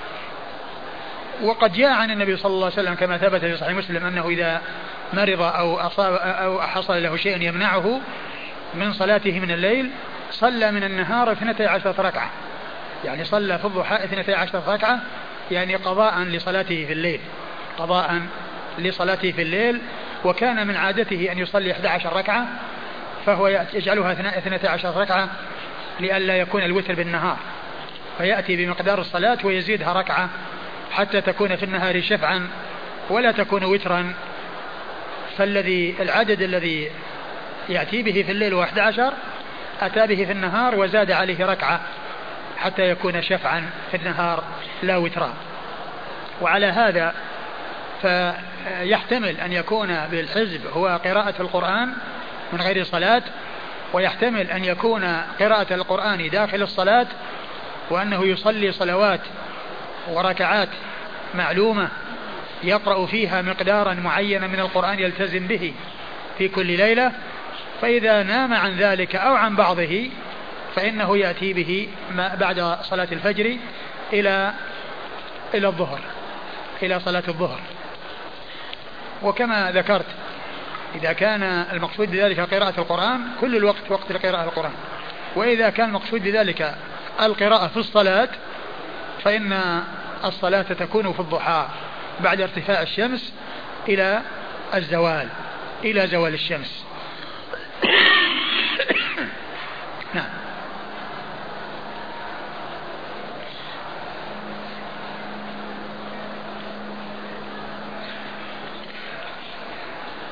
[SPEAKER 1] وقد جاء عن النبي صلى الله عليه وسلم كما ثبت في صحيح مسلم أنه إذا مرض أو أصاب أو حصل له شيء يمنعه من صلاته من الليل صلى من النهار اثنتي عشرة ركعة، يعني صلى في الضحى اثنتي عشرة ركعة، يعني قضاء لصلاته في الليل، قضاء لصلاته في الليل. وكان من عادته أن يصلي إحدى عشرة ركعة، فهو يجعلها اثنتي عشرة ركعة لئلا يكون الوتر بالنهار، فيأتي بمقدار الصلاة ويزيدها ركعة حتى تكون في النهار شفعا ولا تكون وترا. فالذي العدد الذي يأتي به في الليل واحد عشر أتى به في النهار وزاد عليه ركعة حتى يكون شفعا في النهار لا وترا. وعلى هذا فيحتمل أن يكون بالحزب هو قراءة القرآن من غير صلاة، ويحتمل أن يكون قراءة القرآن داخل الصلاة وأنه يصلي صلوات وركعات معلومة يقرأ فيها مقدارا معينا من القرآن يلتزم به في كل ليلة، فإذا نام عن ذلك أو عن بعضه فإنه يأتي به بعد صلاة الفجر إلى إلى الظهر، إلى صلاة الظهر. وكما ذكرت إذا كان المقصود بذلك قراءة القرآن كل الوقت وقت القراءة القرآن، وإذا كان المقصود بذلك القراءة في الصلاة فإن الصلاة تكون في الضحى بعد ارتفاع الشمس إلى الزوال، إلى زوال الشمس. نعم.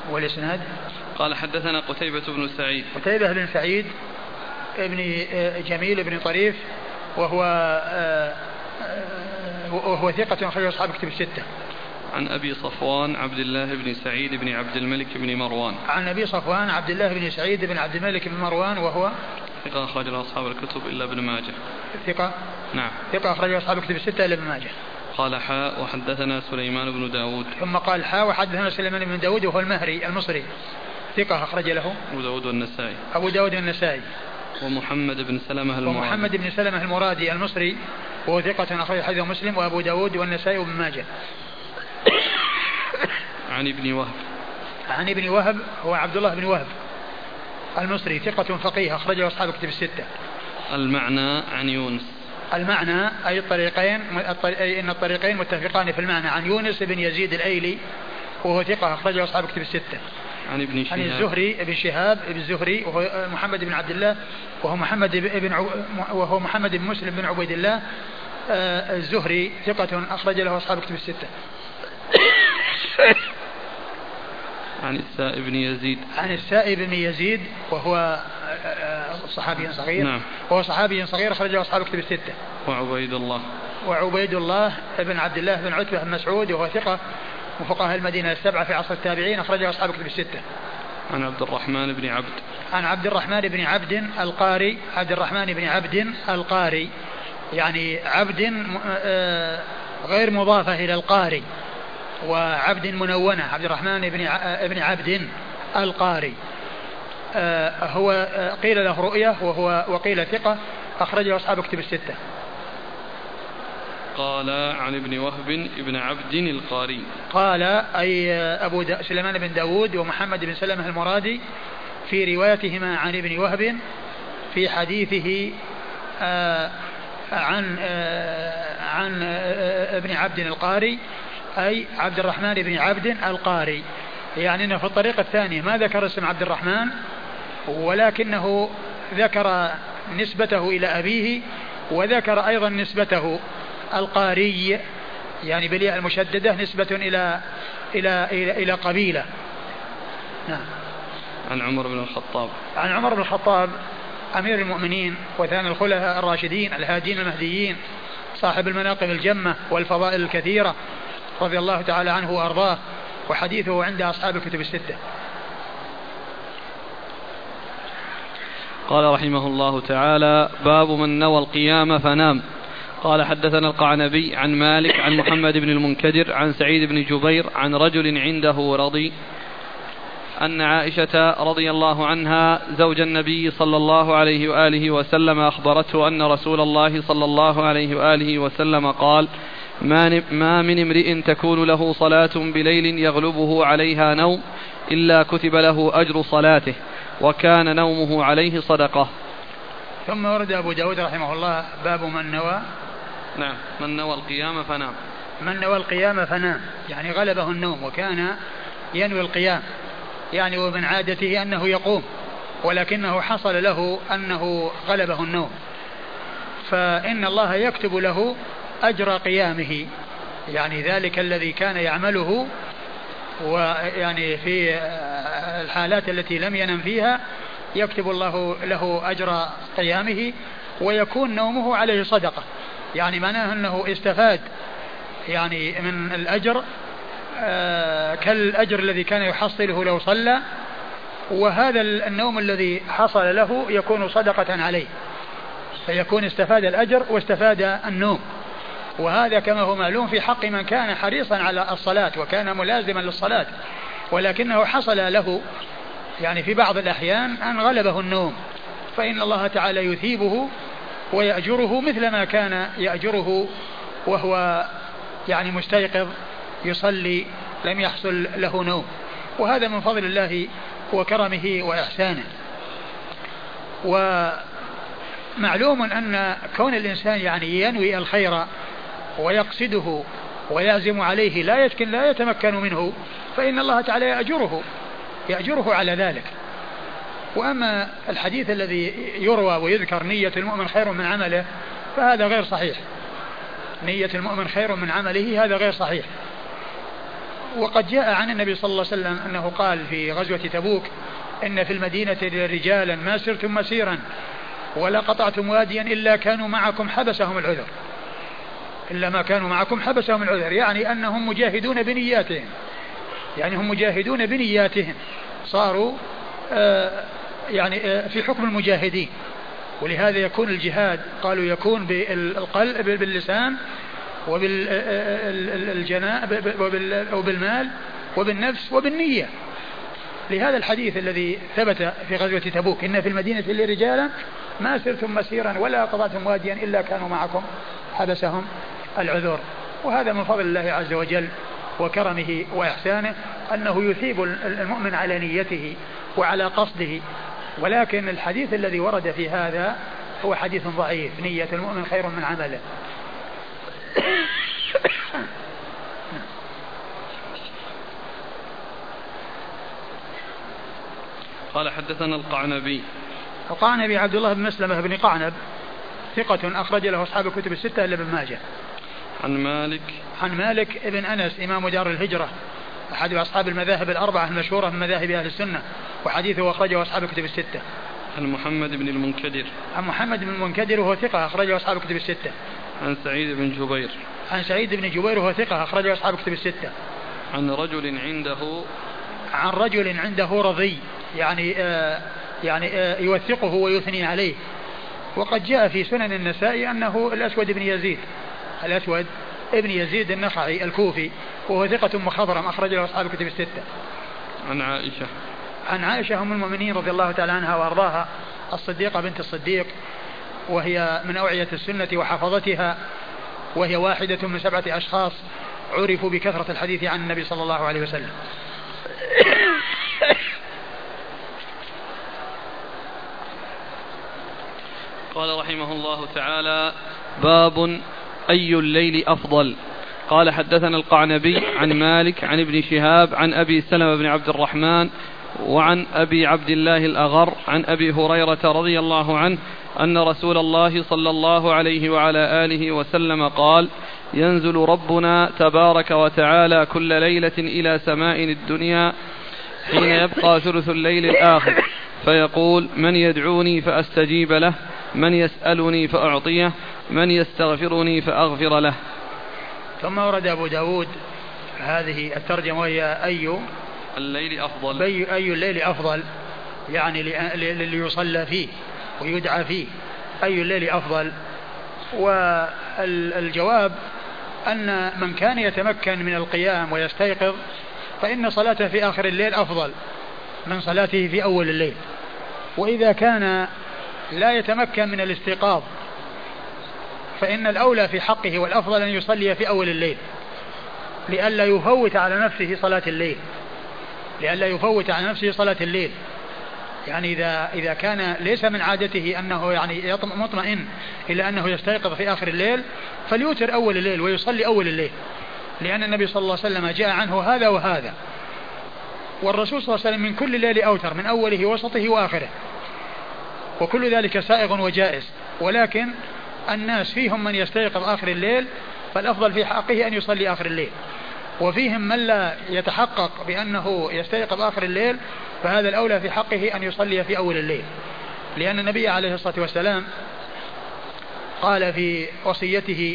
[SPEAKER 1] والإسناد.
[SPEAKER 2] قال حدثنا قتيبة بن سعيد.
[SPEAKER 1] قتيبة بن سعيد ابن جميل بن طريف وهو وهو ثقة أخرج أصحاب كتب الستة.
[SPEAKER 2] عن أبي صفوان عبد الله بن سعيد بن عبد الملك بن مروان.
[SPEAKER 1] عن أبي صفوان عبد الله بن سعيد بن عبد الملك بن مروان وهو
[SPEAKER 2] ثقة أخرج أصحاب الكتب إلا ابن ماجه.
[SPEAKER 1] ثقة.
[SPEAKER 2] نعم.
[SPEAKER 1] ثقة أخرج أصحاب الكتب الستة إلا ابن ماجه.
[SPEAKER 2] قال حاء وحدثنا سليمان بن داود.
[SPEAKER 1] ثم قال حاء وحدثنا سليمان بن داود وهو المهري المصري ثقة أخرج له
[SPEAKER 2] أبو داود والنسائي.
[SPEAKER 1] أبو داود والنسائي.
[SPEAKER 2] ومحمد بن سلمة المرادي.
[SPEAKER 1] ومحمد بن سلمة المرادي المصري وهو ثقة أخرج حديث مسلم وأبو داود والنسائي وابن ماجه.
[SPEAKER 2] عن ابن وهب.
[SPEAKER 1] عن ابن وهب هو عبد الله بن وهب المصري ثقة فقيه أخرجه أصحاب الكتب الستة.
[SPEAKER 2] المعنى عن يونس.
[SPEAKER 1] المعنى أي الطريقين أي إن الطريقين متفقان في المعنى عن يونس بن يزيد الأيلي وهو ثقة أخرجه أصحاب الكتب الستة.
[SPEAKER 2] عن ابن شهاب.
[SPEAKER 1] عن الزهري ابن شهاب ابن الزهري وهو محمد بن عبد الله وهو محمد بن وهو محمد بن مسلم بن عبيد الله الزهري ثقة أخرج له أصحاب الكتب الستة.
[SPEAKER 2] عن السائب بن يزيد.
[SPEAKER 1] عن السائب بن يزيد وهو صحابي صغير.
[SPEAKER 2] نعم.
[SPEAKER 1] وهو صحابي صغير أخرجه أصحاب الكتب الستة.
[SPEAKER 2] وعبيد الله.
[SPEAKER 1] وعبيد الله بن عبد الله بن عتبة بن مسعود وهو ثقة من فقهاء المدينة السبعة في عصر التابعين أخرجه أصحاب الكتب الستة.
[SPEAKER 2] عن عبد الرحمن بن عبد.
[SPEAKER 1] عن عبد الرحمن بن عبد القاري عبد الرحمن بن عبد القاري يعني عبد غير مضافة إلى القاري وعبد منونة عبد الرحمن بن ابن عبد القاري هو قيل له رؤية وهو وقيل ثقة أخرجه أصحاب كتب الستة.
[SPEAKER 2] قال عن ابن وهب ابن عبد القاري.
[SPEAKER 1] قال أي أبو سليمان بن داود ومحمد بن سلمة المرادي في روايتهما عن ابن وهب في حديثه عن عن ابن عبد القاري أي عبد الرحمن بن عبد القاري يعني أنه في الطريقة الثانية ما ذكر اسم عبد الرحمن ولكنه ذكر نسبته إلى أبيه وذكر أيضا نسبته القاري يعني بالياء المشددة نسبة إلى إلى إلى, إلى قبيلة. نعم.
[SPEAKER 2] عن عمر بن الخطاب.
[SPEAKER 1] عن عمر بن الخطاب أمير المؤمنين وثاني الخلفاء الراشدين الهادين المهديين صاحب المناقب الجمة والفضائل الكثيرة رضي الله تعالى عنه وأرضاه وحديثه عند أصحاب الكتب الستة.
[SPEAKER 2] قال رحمه الله تعالى باب من نوى القيام فنام. قال حدثنا القعنبي عن مالك عن محمد بن المنكدر عن سعيد بن جبير عن رجل عنده رضي أن عائشة رضي الله عنها زوج النبي صلى الله عليه وآله وسلم أخبرته أن رسول الله صلى الله عليه وآله وسلم قال ما من امرئ تكون له صلاة بليل يغلبه عليها نوم إلا كتب له أجر صلاته وكان نومه عليه صدقة.
[SPEAKER 1] ثم ورد أبو داود رحمه الله باب من نوى.
[SPEAKER 2] نعم. من نوى القيام فنام.
[SPEAKER 1] من نوى القيام فنام يعني غلبه النوم وكان ينوي القيام يعني ومن عادته أنه يقوم ولكنه حصل له أنه غلبه النوم فإن الله يكتب له أجر قيامه يعني ذلك الذي كان يعمله ويعني في الحالات التي لم ينم فيها يكتب الله له أجر قيامه ويكون نومه عليه صدقة يعني معناه أنه استفاد يعني من الأجر آه كالأجر الذي كان يحصله لو صلى وهذا النوم الذي حصل له يكون صدقة عليه فيكون استفاد الأجر واستفاد النوم وهذا كما هو معلوم في حق من كان حريصا على الصلاة وكان ملازما للصلاة ولكنه حصل له يعني في بعض الأحيان أن غلبه النوم فإن الله تعالى يثيبه ويأجره مثل ما كان يأجره وهو يعني مستيقظ يصلي لم يحصل له نوم وهذا من فضل الله وكرمه وإحسانه. ومعلوم أن كون الإنسان يعني ينوي الخير ويقصده ويعزم عليه لا يتكن لا يتمكن منه فإن الله تعالى يأجره يأجره على ذلك. وأما الحديث الذي يروى ويذكر نية المؤمن خير من عمله فهذا غير صحيح. نية المؤمن خير من عمله هذا غير صحيح وقد جاء عن النبي صلى الله عليه وسلم أنه قال في غزوة تبوك إن في المدينة رجالا ما سرتم مسيرا ولا قطعتم واديا إلا كانوا معكم حبسهم العذر إلا ما كانوا معكم حبسهم العذر، يعني أنهم مجاهدون بنياتهم، يعني هم مجاهدون بنياتهم صاروا آه يعني آه في حكم المجاهدين. ولهذا يكون الجهاد قالوا يكون بالقلب باللسان وبالجناء وبالمال وبالنفس وبالنية. لهذا الحديث الذي ثبت في غزوة تبوك إن في المدينة رجالا ما سرتم مسيرا ولا قطعتم واديا إلا كانوا معكم حبسهم العذر. وهذا من فضل الله عز وجل وكرمه وإحسانه أنه يثيب المؤمن على نيته وعلى قصده. ولكن الحديث الذي ورد في هذا هو حديث ضعيف، نية المؤمن خير من عمله.
[SPEAKER 2] قال حدثنا القعنبي.
[SPEAKER 1] القعنبي عبد الله بن مسلمة بن قعنب ثقة أخرج له أصحاب الكتب الستة إلا ابن ماجه.
[SPEAKER 2] عن مالك
[SPEAKER 1] عن مالك ابن أنس إمام دار الهجرة أحد أصحاب المذاهب الأربعة المشهورة من مذاهب أهل السنة، وحديثه أخرجه أصحاب الكتب الستة.
[SPEAKER 2] عن محمد بن المنكدر.
[SPEAKER 1] عن محمد بن المنكدر وهو ثقة أخرجه أصحاب الكتب الستة.
[SPEAKER 2] عن سعيد بن جبير.
[SPEAKER 1] عن سعيد بن جبير وهو ثقة أخرجه أصحاب الكتب الستة.
[SPEAKER 2] عن رجل عنده
[SPEAKER 1] عن رجل عنده رضي، يعني آه يعني آه يوثقه ويثني عليه. وقد جاء في سنن النسائي أنه الأسود بن يزيد الأسود ابن يزيد النخعي الكوفي وهو ثقة مخضرم أخرج له أصحاب الكتب الستة.
[SPEAKER 2] عن عائشة.
[SPEAKER 1] عن عائشة أم المؤمنين رضي الله تعالى عنها وأرضاها الصديقة بنت الصديق، وهي من أوعية السنة وحفظتها، وهي واحدة من سبعة أشخاص عرفوا بكثرة الحديث عن النبي صلى الله عليه وسلم.
[SPEAKER 2] قال رحمه الله تعالى: باب أي الليل أفضل. قال حدثنا القعنبي عن مالك عن ابن شهاب عن أبي سلمة بن عبد الرحمن وعن أبي عبد الله الأغر عن أبي هريرة رضي الله عنه أن رسول الله صلى الله عليه وعلى آله وسلم قال: ينزل ربنا تبارك وتعالى كل ليلة إلى سماء الدنيا حين يبقى ثلث الليل الآخر فيقول: من يدعوني فأستجيب له، من يسألني فأعطيه، من يستغفرني فأغفر له.
[SPEAKER 1] ثم ورد أبو داود هذه الترجمة وهي أي
[SPEAKER 2] الليل أفضل.
[SPEAKER 1] أي الليل أفضل، يعني اللي يصلى فيه ويدعى فيه أي الليل أفضل. والجواب أن من كان يتمكن من القيام ويستيقظ فإن صلاته في آخر الليل أفضل من صلاته في أول الليل. وإذا كان لا يتمكن من الاستيقاظ فإن الأولى في حقه والأفضل أن يصلي في أول الليل لئلا يفوت على نفسه صلاة الليل لئلا يفوت على نفسه صلاة الليل. يعني إذا إذا كان ليس من عادته أنه يعني مطمئن إلى أنه يستيقظ في آخر الليل فليوتر أول الليل ويصلي أول الليل، لأن النبي صلى الله عليه وسلم جاء عنه هذا وهذا، والرسول صلى الله عليه وسلم من كل ليل أوتر من أوله وسطه وآخره، وكل ذلك سائغ وجائز. ولكن الناس فيهم من يستيقظ آخر الليل فالأفضل في حقه أن يصلي آخر الليل، وفيهم من لا يتحقق بأنه يستيقظ آخر الليل فهذا الأولى في حقه أن يصلي في أول الليل، لأن النبي عليه الصلاة والسلام قال في وصيته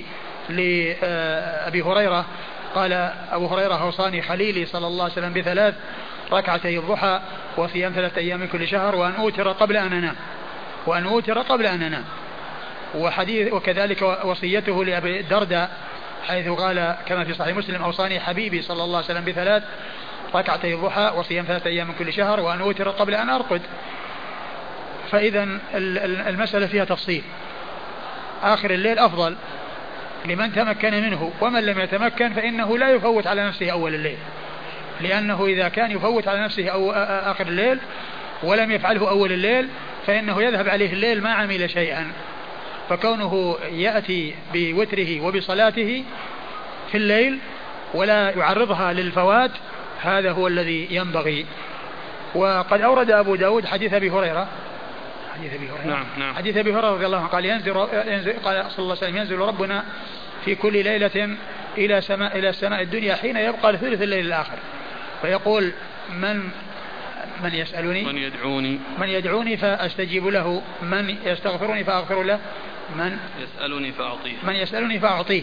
[SPEAKER 1] لأبي هريرة قال: أبو هريرة أوصاني خليلي صلى الله عليه وسلم بثلاث: ركعتي الضحى وصيام ثلاثة أيام من كل شهر وأن أوتر قبل أن أنام وأن أوتر قبل أن أنام. وحديث وكذلك وصيته لأبي الدرداء حيث قال كما في صحيح مسلم: أوصاني حبيبي صلى الله عليه وسلم بثلاث: ركعتي الضحى وصيام ثلاثة أيام من كل شهر وأن أوتر قبل أن أرقد. فإذا المسألة فيها تفصيل. آخر الليل أفضل لمن تمكن منه، ومن لم يتمكن فإنه لا يفوت على نفسه أول الليل، لأنه إذا كان يفوت على نفسه أو آخر الليل ولم يفعله أول الليل فإنه يذهب عليه الليل ما عمل شيئا. فكونه يأتي بوتره وبصلاته في الليل ولا يعرضها للفوات هذا هو الذي ينبغي. وقد أورد أبو داود حديث أبي هريرة حديث أبي هريرة
[SPEAKER 2] نعم نعم.
[SPEAKER 1] حديث أبي هريرة رضي الله عنه قال: ينزل, ينزل قال صلى الله عليه وسلم: ينزل ربنا في كل ليلة إلى سماء إلى السماء الدنيا حين يبقى لثلث الليل الآخر، فيقول من من يسألني
[SPEAKER 2] من يدعوني
[SPEAKER 1] من يدعوني فأستجيب له، من يستغفرني فأغفر له، من
[SPEAKER 2] يسألني فأعطيه
[SPEAKER 1] من يسألني فأعطيه.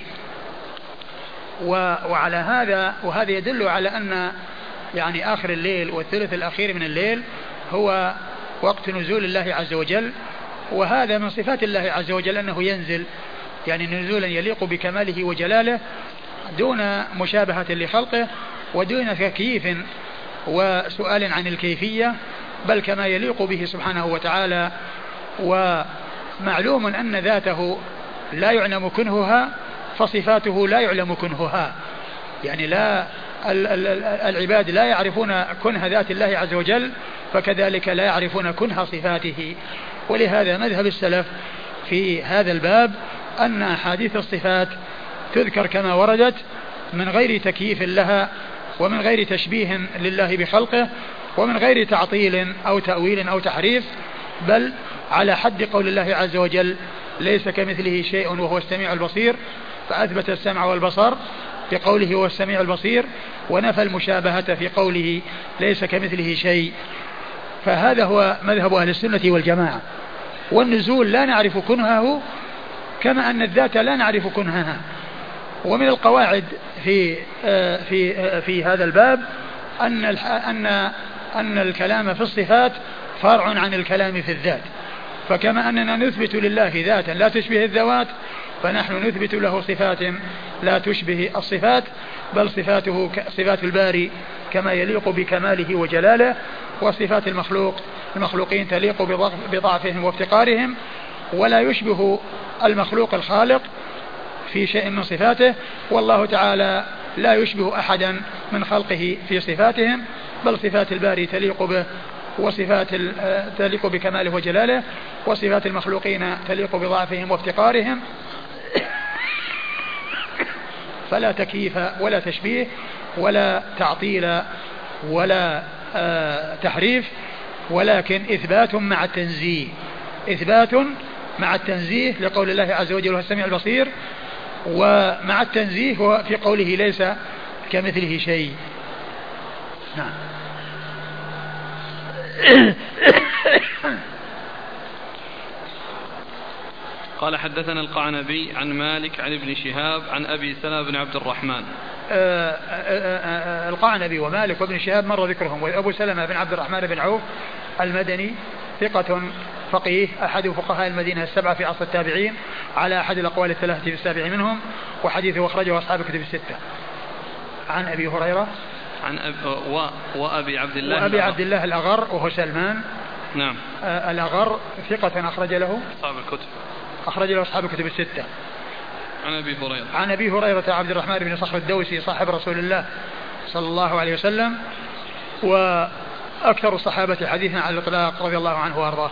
[SPEAKER 1] وعلى هذا وهذا يدل على أن يعني آخر الليل والثلث الأخير من الليل هو وقت نزول الله عز وجل، وهذا من صفات الله عز وجل أنه ينزل يعني نزولا يليق بكماله وجلاله دون مشابهة لخلقه ودون تكييف وسؤال عن الكيفية، بل كما يليق به سبحانه وتعالى. ومعلوم أن ذاته لا يعلم كنهها فصفاته لا يعلم كنهها، يعني لا العباد لا يعرفون كنه ذات الله عز وجل، فكذلك لا يعرفون كنه صفاته. ولهذا مذهب السلف في هذا الباب أن أحاديث الصفات تذكر كما وردت من غير تكييف لها ومن غير تشبيه لله بخلقه ومن غير تعطيل أو تأويل أو تحريف، بل على حد قول الله عز وجل ليس كمثله شيء وهو السميع البصير، فأثبت السمع والبصر في قوله هو السميع البصير، ونفى المشابهة في قوله ليس كمثله شيء. فهذا هو مذهب أهل السنة والجماعة. والنزول لا نعرف كنهه كما أن الذات لا نعرف كنهها. ومن القواعد في في في هذا الباب أن أن أن الكلام في الصفات فرع عن الكلام في الذات، فكما أننا نثبت لله ذاتا لا تشبه الذوات، فنحن نثبت له صفات لا تشبه الصفات، بل صفاته صفات الباري كما يليق بكماله وجلاله، وصفات المخلوق المخلوقين تليق بضعفهم وافتقارهم، ولا يشبه المخلوق الخالق في شيء من صفاته، والله تعالى لا يشبه أحدا من خلقه في صفاتهم، بل صفات الباري تليق به وصفات تليق بكماله وجلاله، وصفات المخلوقين تليق بضعفهم وافتقارهم، فلا تكييف ولا تشبيه ولا تعطيل ولا آه تحريف، ولكن إثبات مع التنزيه، إثبات مع التنزيه لقول الله عز وجل هو السميع البصير، ومع التنزيه هو في قوله ليس كمثله شيء. نعم.
[SPEAKER 2] قال حدثنا القعنبي عن مالك عن ابن شهاب عن أبي سلمة بن عبد الرحمن.
[SPEAKER 1] القعنبي ومالك وابن شهاب مر ذكرهم، وأبو سلمة بن عبد الرحمن بن عوف المدني ثقة فقيه أحد فقهاء المدينة السبعة في عصر التابعين على أحد الأقوال الثلاثة في السابع منهم، وحديثه أخرجه أصحاب الكتب الستة. عن أبي هريرة
[SPEAKER 2] عن أب و وأبي عبد الله
[SPEAKER 1] وأبي عبد الله الأغر وهو سلمان.
[SPEAKER 2] نعم.
[SPEAKER 1] آه الأغر ثقة أخرج له
[SPEAKER 2] أصحاب الكتب
[SPEAKER 1] أخرج له أصحاب الكتب الستة.
[SPEAKER 2] عن أبي هريرة
[SPEAKER 1] عن أبي هريرة عبد الرحمن بن صخر الدوسي صاحب رسول الله صلى الله عليه وسلم، وأكثر الصحابة حديثا على الإطلاق رضي الله عنه وأرضاه.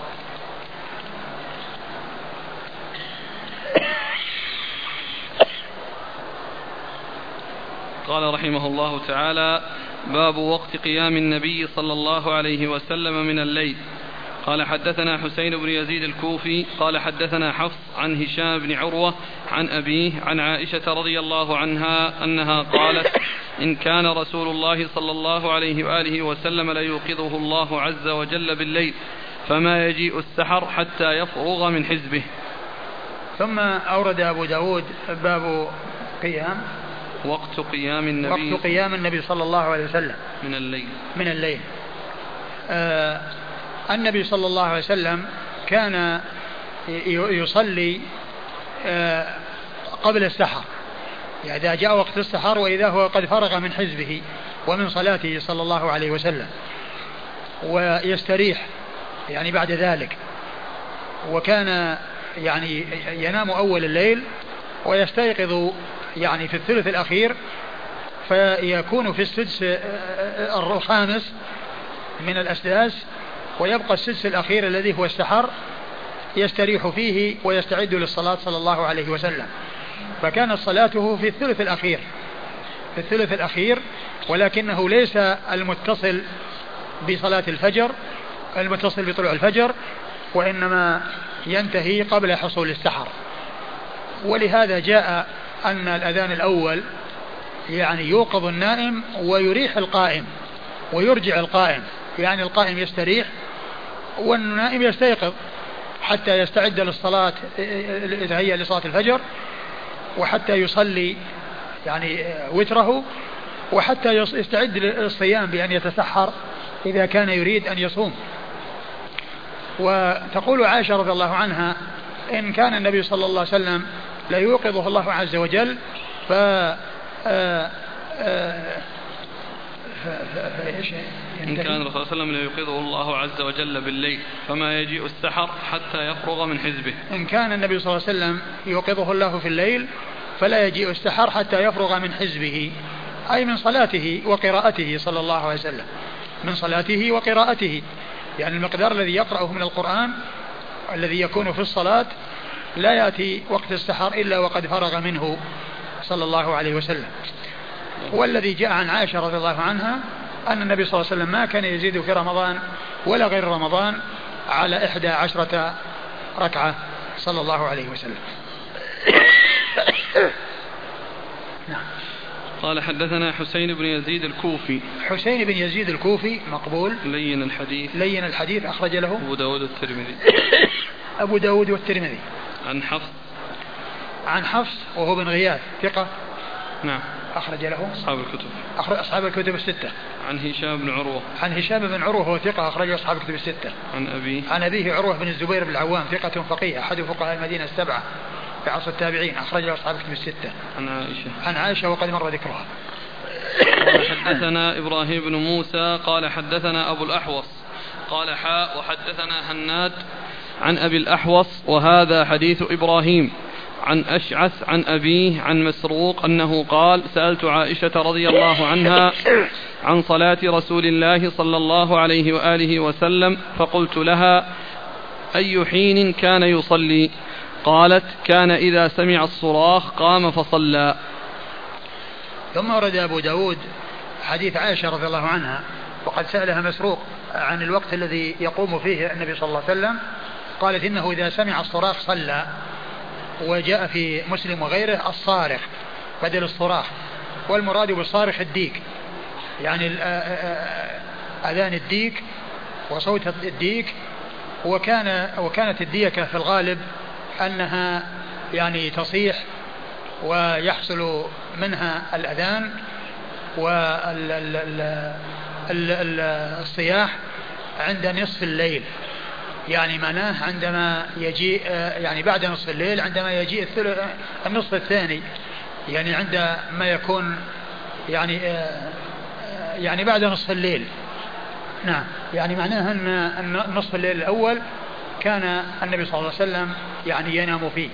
[SPEAKER 2] قال رحمه الله تعالى: باب وقت قيام النبي صلى الله عليه وسلم من الليل. قال حدثنا حسين بن يزيد الكوفي قال حدثنا حفص عن هشام بن عروة عن أبيه عن عائشة رضي الله عنها أنها قالت: إن كان رسول الله صلى الله عليه وآله وسلم ليوقظه الله عز وجل بالليل فما يجيء السحر حتى يفرغ من حزبه.
[SPEAKER 1] ثم أورد أبو داود باب قيام
[SPEAKER 2] وقت قيام النبي
[SPEAKER 1] وقت قيام النبي صلى الله عليه وسلم
[SPEAKER 2] من الليل
[SPEAKER 1] من الليل آه النبي صلى الله عليه وسلم كان يصلي آه قبل السحر، يعني إذا جاء وقت السحر وإذا هو قد فرغ من حزبه ومن صلاته صلى الله عليه وسلم، ويستريح يعني بعد ذلك. وكان يعني ينام أول الليل ويستيقظ يعني في الثلث الأخير، فيكون في السدس الخامس من الأسداس، ويبقى السدس الأخير الذي هو السحر يستريح فيه ويستعد للصلاة صلى الله عليه وسلم. فكانت صلاته في الثلث الأخير في الثلث الأخير ولكنه ليس المتصل بصلاة الفجر المتصل بطلوع الفجر، وإنما ينتهي قبل حصول السحر. ولهذا جاء أن الأذان الأول يعني يوقظ النائم ويريح القائم ويرجع القائم، يعني القائم يستريح والنائم يستيقظ حتى يستعد للصلاة، يتهيأ لصلاة الفجر، وحتى يصلي يعني وتره، وحتى يستعد للصيام بأن يتسحر إذا كان يريد أن يصوم. وتقول عائشة رضي الله عنها إن كان النبي صلى الله عليه وسلم لا يوقظه الله عز وجل ف
[SPEAKER 2] إن كان الرسول صلى الله عليه وسلم لا يوقظه الله عز وجل بالليل فما يجيء السحر حتى يفرغ من حزبه.
[SPEAKER 1] إن كان النبي صلى الله عليه وسلم يوقظه الله في الليل فلا يجيء السحر حتى يفرغ من حزبه، أي من صلاته وقراءته صلى الله عليه وسلم، من صلاته وقراءته، يعني المقدار الذي يقرأه من القرآن الذي يكون في الصلاة لا يأتي وقت السحر إلا وقد فرغ منه صلى الله عليه وسلم. والذي جاء عن عائشة رضي الله عنها أن النبي صلى الله عليه وسلم ما كان يزيد في رمضان ولا غير رمضان على إحدى عشرة ركعة صلى الله عليه وسلم.
[SPEAKER 2] نعم. قال حدثنا حسين بن يزيد الكوفي.
[SPEAKER 1] حسين بن يزيد الكوفي مقبول
[SPEAKER 2] لين الحديث
[SPEAKER 1] لين الحديث أخرج له
[SPEAKER 2] أبو داود والترمذي
[SPEAKER 1] أبو داود والترمذي.
[SPEAKER 2] عن حفص
[SPEAKER 1] عن حفص وهو بن غياث ثقة.
[SPEAKER 2] نعم.
[SPEAKER 1] أخرج له
[SPEAKER 2] أصحاب الكتب
[SPEAKER 1] أخرج أصحاب الكتب الستة.
[SPEAKER 2] عن هشام بن عروة
[SPEAKER 1] عن هشام بن عروة هو ثقة أخرج أصحاب الكتب الستة.
[SPEAKER 2] عن أبيه
[SPEAKER 1] عن أبيه عروة بن الزبير بن العوام ثقة فقيه أحد فقهاء المدينة السبعة في عصر التابعين أخرج أصحاب الكتب الستة.
[SPEAKER 2] عن عائشة
[SPEAKER 1] عن عائشة وقد مر ذكرها.
[SPEAKER 2] قال حدثنا إبراهيم بن موسى قال حدثنا أبو الأحوص قال حاء وحدثنا هناد عن أبي الأحوص وهذا حديث إبراهيم عن أشعث عن أبيه عن مسروق أنه قال سألت عائشة رضي الله عنها عن صلاة رسول الله صلى الله عليه وآله وسلم فقلت لها أي حين كان يصلي؟ قالت كان إذا سمع الصراخ قام فصلى.
[SPEAKER 1] ثم ورد أبو داود حديث عائشة رضي الله عنها وقد سألها مسروق عن الوقت الذي يقوم فيه النبي صلى الله عليه وسلم، قالت إنه إذا سمع الصراخ صلى. وجاء في مسلم وغيره الصارخ بدل الصراخ، والمراد بالصارخ الديك، يعني أذان الديك وصوت الديك. وكان وكانت الديكة في الغالب أنها يعني تصيح ويحصل منها الأذان والصياح عند نصف الليل، يعني معناه عندما يجيء يعني بعد نصف الليل عندما يجيء النصف الثاني، يعني عندما يكون يعني يعني بعد نصف الليل. نعم، يعني معناها أن نصف الليل الأول كان النبي صلى الله عليه وسلم يعني ينام فيه،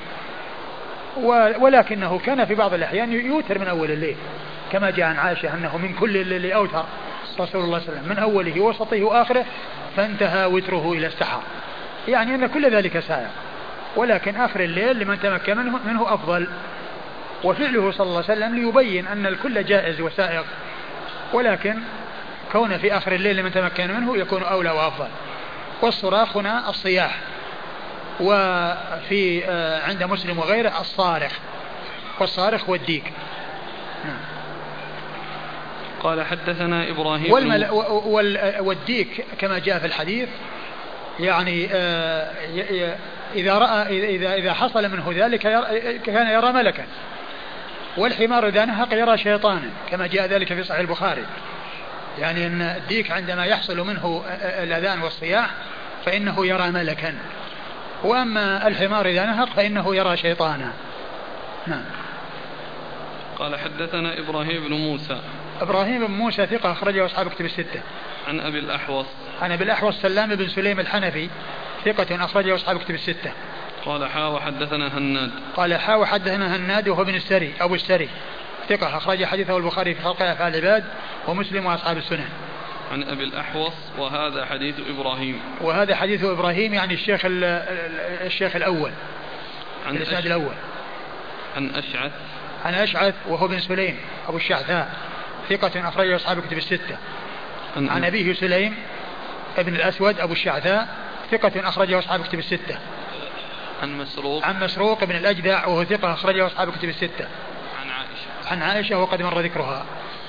[SPEAKER 1] ولكنه كان في بعض الأحيان يوتر من أول الليل كما جاء عن عائشة أنه من كل الليل أوتر رسول الله صلى الله عليه وسلم من أوله وسطه وآخره فانتهى وتره إلى السحر، يعني أن كل ذلك سائر، ولكن آخر الليل لمن تمكن منه, منه أفضل. وفعله صلى الله عليه وسلم ليبين أن الكل جائز وسائر، ولكن كون في آخر الليل لمن تمكن منه يكون أولى وأفضل. والصراخ هنا الصياح، وفي عند مسلم وغيره الصارخ، والصارخ والديك.
[SPEAKER 2] قال حدثنا إبراهيم
[SPEAKER 1] والمل... والديك كما جاء في الحديث يعني إذا رأى إذا إذا حصل منه ذلك كان يرى ملكا، والحمار إذا نهق يرى شيطانا كما جاء ذلك في صحيح البخاري، يعني أن الديك عندما يحصل منه الأذان والصياح فإنه يرى ملكا، وأما الحمار إذا نهق فإنه يرى شيطانا. نعم.
[SPEAKER 2] قال حدثنا إبراهيم بن موسى.
[SPEAKER 1] إبراهيم بن موسى ثقة أخرجه أصحاب كتب الستة.
[SPEAKER 2] عن أبي الأحوص.
[SPEAKER 1] عن أبي الأحوص سلام بن سليم الحنفي ثقة أخرجه أصحاب كتب الستة.
[SPEAKER 2] قال حا وحدثنا هناد.
[SPEAKER 1] قال حا وحدثنا هناد وهو بن السري أبو السري ثقة أخرج حديثه البخاري في خلق أفعال العباد ومسلم وأصحاب السنن.
[SPEAKER 2] عن أبي الأحوص وهذا حديث إبراهيم.
[SPEAKER 1] وهذا حديث إبراهيم يعني الشيخ الشيخ الأول
[SPEAKER 2] عن
[SPEAKER 1] الإسناد الأول.
[SPEAKER 2] عن أشعث.
[SPEAKER 1] عن أشعث وهو بن سليم أبو الشعثاء ثقة أخرج أصحاب كتب الستة. عن, عن أبيه سليم ابن الأسود أبو الشعثاء ثقة أخرجه أصحاب كتب الستة.
[SPEAKER 2] عن مسروق.
[SPEAKER 1] عن مسروق ابن الأجدع وهو ثقة أخرجه أصحاب كتب الستة.
[SPEAKER 2] عن عائشة.
[SPEAKER 1] عن عائشة وقد مر ذكرها.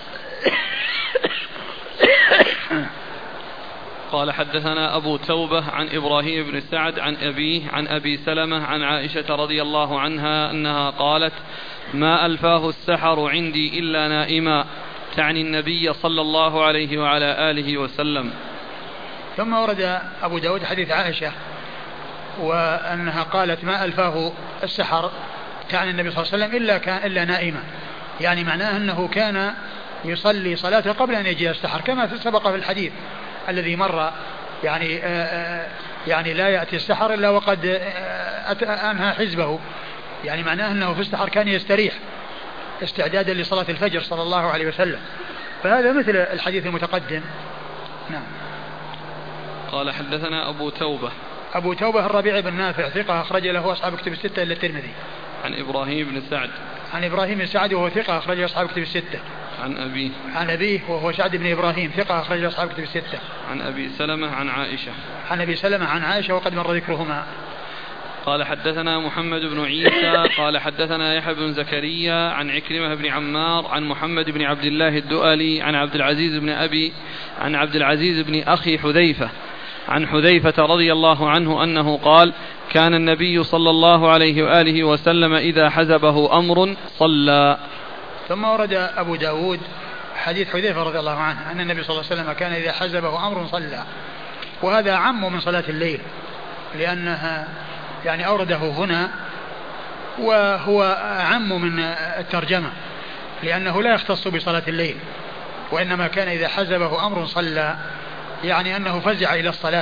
[SPEAKER 2] قال حدثنا أبو توبة عن إبراهيم بن سعد عن أبيه عن أبي سلمة عن عائشة رضي الله عنها أنها قالت ما ألفاه السحر عندي إلا نائما، تعني النبي صلى الله عليه وعلى آله وسلم.
[SPEAKER 1] ثم ورد أبو داود حديث عائشة وأنها قالت ما ألفاه السحر تعني النبي صلى الله عليه وسلم إلا, كان إلا نائما، يعني معناه أنه كان يصلي صلاته قبل أن يجي السحر كما سبق في الحديث الذي مر، يعني آآ يعني لا يأتي السحر إلا وقد أنهى حزبه، يعني معناه أنه في السحر كان يستريح استعدادا لصلاة الفجر صلى الله عليه وسلم. فهذا مثل الحديث المتقدم. نعم.
[SPEAKER 2] قال حدثنا أبو توبة
[SPEAKER 1] أبو توبة الربيع بن نافع ثقة أخرج له أصحاب كتب الستة إلا الترمذي.
[SPEAKER 2] عن إبراهيم بن سعد
[SPEAKER 1] عن إبراهيم بن سعد وهو ثقة أخرج له أصحاب كتب الستة.
[SPEAKER 2] عن أبيه
[SPEAKER 1] عن أبيه وهو سعد بن إبراهيم ثقة أخرج له أصحاب كتب الستة.
[SPEAKER 2] عن أبي سلمة عن عائشة
[SPEAKER 1] عن أبي سلمة عن عائشة وقد مر ذكرهما.
[SPEAKER 2] قال حدثنا محمد بن عيسى قال حدثنا يحيى بن زكريا عن عكرمة بن عمار عن محمد بن عبد الله الدؤلي عن عبد العزيز بن أبي عن عبد العزيز بن أخي حذيفة عن حذيفة رضي الله عنه أنه قال كان النبي صلى الله عليه وآله وسلم إذا حزبه أمر صلى.
[SPEAKER 1] ثم ورد أبو داود حديث حذيفة رضي الله عنه أن النبي صلى الله عليه وسلم كان إذا حزبه أمر صلى، وهذا عم من صلاة الليل لأنها يعني أورده هنا وهو عم من الترجمة لأنه لا يختص بصلاة الليل، وإنما كان إذا حزبه أمر صلى، يعني أنه فزع إلى الصلاة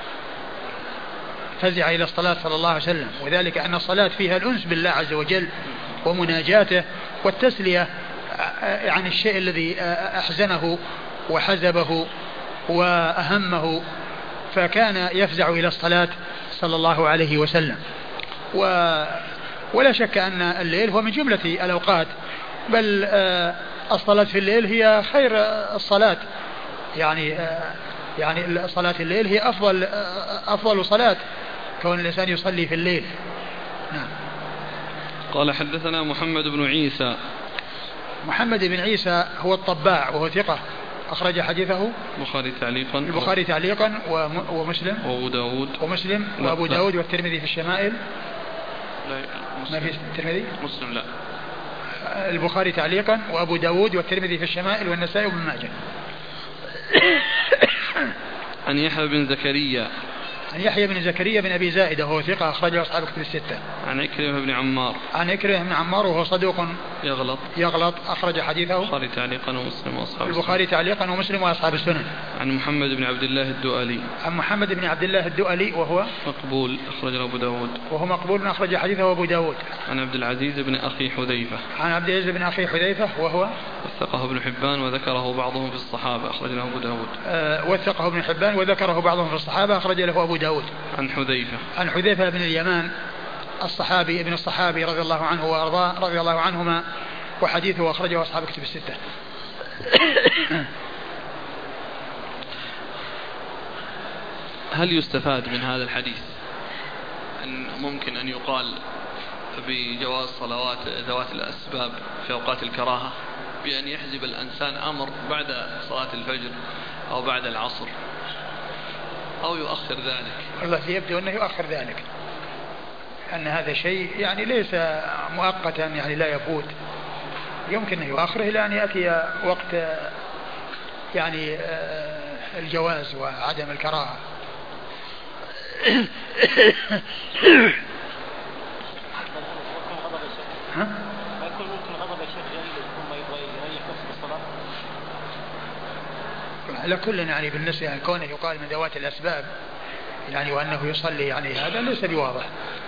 [SPEAKER 1] فزع إلى الصلاة صلى الله عليه وسلم، وذلك أن الصلاة فيها الأنس بالله عز وجل ومناجاته والتسلية عن الشيء الذي أحزنه وحزبه وأهمه، فكان يفزع إلى الصلاة صلى الله عليه وسلم. و ولا شك أن الليل هو من جملة الأوقات، بل الصلاة في الليل هي خير الصلاة، يعني يعني صلاة الليل هي أفضل أفضل صلاة كون الإنسان يصلي في الليل. نعم.
[SPEAKER 2] قال حدثنا محمد بن عيسى.
[SPEAKER 1] محمد بن عيسى هو الطباع وهو ثقة أخرج حديثه
[SPEAKER 2] البخاري تعليقا
[SPEAKER 1] البخاري تعليقا ومسلم
[SPEAKER 2] وأبو داود
[SPEAKER 1] ومسلم وأبو داود والترمذي في الشمائل.
[SPEAKER 2] لا
[SPEAKER 1] ما في الترمذي
[SPEAKER 2] مسلم لا
[SPEAKER 1] البخاري تعليقا وأبو داود والترمذي في الشمائل والنسائي وابن ماجه.
[SPEAKER 2] عن يحيى بن زكريا
[SPEAKER 1] عن يحيى بن زكريا بن أبي زائدة وهو ثقة أخرج له أصحاب كتب الستة.
[SPEAKER 2] عن عكرمة بن عمار
[SPEAKER 1] عن عكرمة بن عمار وهو صدوق
[SPEAKER 2] يغلط
[SPEAKER 1] يغلط أخرج حديثه
[SPEAKER 2] البخاري تعليقا ومسلم وأصحاب
[SPEAKER 1] البخاري تعليقا ومسلم وأصحاب السنن.
[SPEAKER 2] عن محمد بن عبد الله الدؤلي
[SPEAKER 1] عن محمد بن عبد الله الدؤلي وهو
[SPEAKER 2] مقبول أخرج له أبو داود
[SPEAKER 1] وهو مقبول أخرج حديثه أبو داود.
[SPEAKER 2] عن عبد العزيز بن أخي حذيفة
[SPEAKER 1] عن عبد العزيز بن أخي حذيفة وهو
[SPEAKER 2] وثقه ابن حبان وذكره بعضهم في الصحابة أخرج له أبو داود.
[SPEAKER 1] أه وثقه ابن حبان وذكره بعضهم في الصحابة أخرج له أبو داود.
[SPEAKER 2] عن حذيفة
[SPEAKER 1] عن حذيفة بن اليمان الصحابي ابن الصحابي رضي الله عنه وأرضاه رضي الله عنهما وحديثه أخرجه أصحاب كتب الستة.
[SPEAKER 2] هل يستفاد من هذا الحديث أن ممكن أن يقال بجواز صلوات ذوات الأسباب في أوقات الكراهة بأن يحزب الإنسان أمر بعد صلاة الفجر أو بعد العصر أو يؤخر ذلك؟
[SPEAKER 1] والله يبدو أنه يؤخر ذلك، أن هذا شيء يعني ليس مؤقتا يعني لا يفوت، يمكن أن يؤخره إلى أن يأتي وقت يعني الجواز وعدم الكراهة. ها؟
[SPEAKER 4] ما يكون ممكن غضب الشيخ جليل ثم يبغى يريح نفسه بالصلاة؟
[SPEAKER 1] على كل يعني بالنسبة يعني كونه يقال من ذوات الأسباب يعني وأنه يصلي يعني هذا ليس بواضح.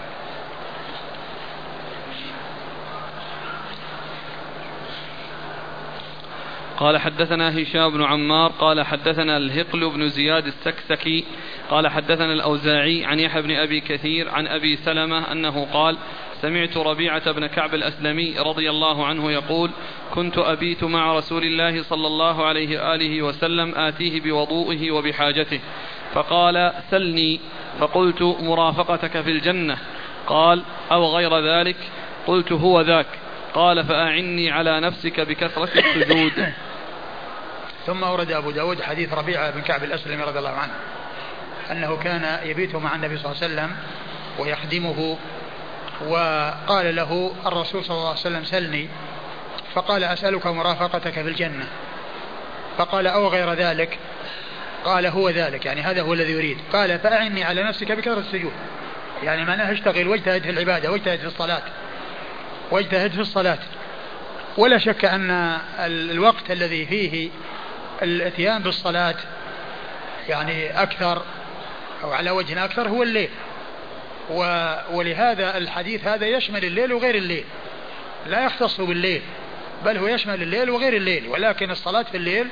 [SPEAKER 2] قال حدثنا هشام بن عمار قال حدثنا الهقل بن زياد السكسكي قال حدثنا الأوزاعي عن يحيى بن أبي كثير عن أبي سلمة أنه قال سمعت ربيعة بن كعب الأسلمي رضي الله عنه يقول كنت أبيت مع رسول الله صلى الله عليه وآله وسلم آتيه بوضوئه وبحاجته فقال سلني فقلت مرافقتك في الجنة قال أو غير ذلك قلت هو ذاك قال فأعني على نفسك بكثرة السجود.
[SPEAKER 1] ثم أورد أبو داود حديث ربيعة بن كعب الأسلمي رضي الله عنه أنه كان يبيت مع النبي صلى الله عليه وسلم ويخدمه، وقال له الرسول صلى الله عليه وسلم سلني، فقال أسألك مرافقتك في الجنة، فقال أو غير ذلك، قال هو ذلك، يعني هذا هو الذي يريد. قال فأعني على نفسك بكثرة السجود، يعني معناه اشتغل واجتهد في العبادة واجتهد في الصلاة واجتهد في الصلاة. ولا شك أن الوقت الذي فيه الاتيان بالصلاة يعني أكثر أو على وجه أكثر هو الليل، ولهذا الحديث هذا يشمل الليل وغير الليل، لا يختص بالليل بل هو يشمل الليل وغير الليل. ولكن الصلاة في الليل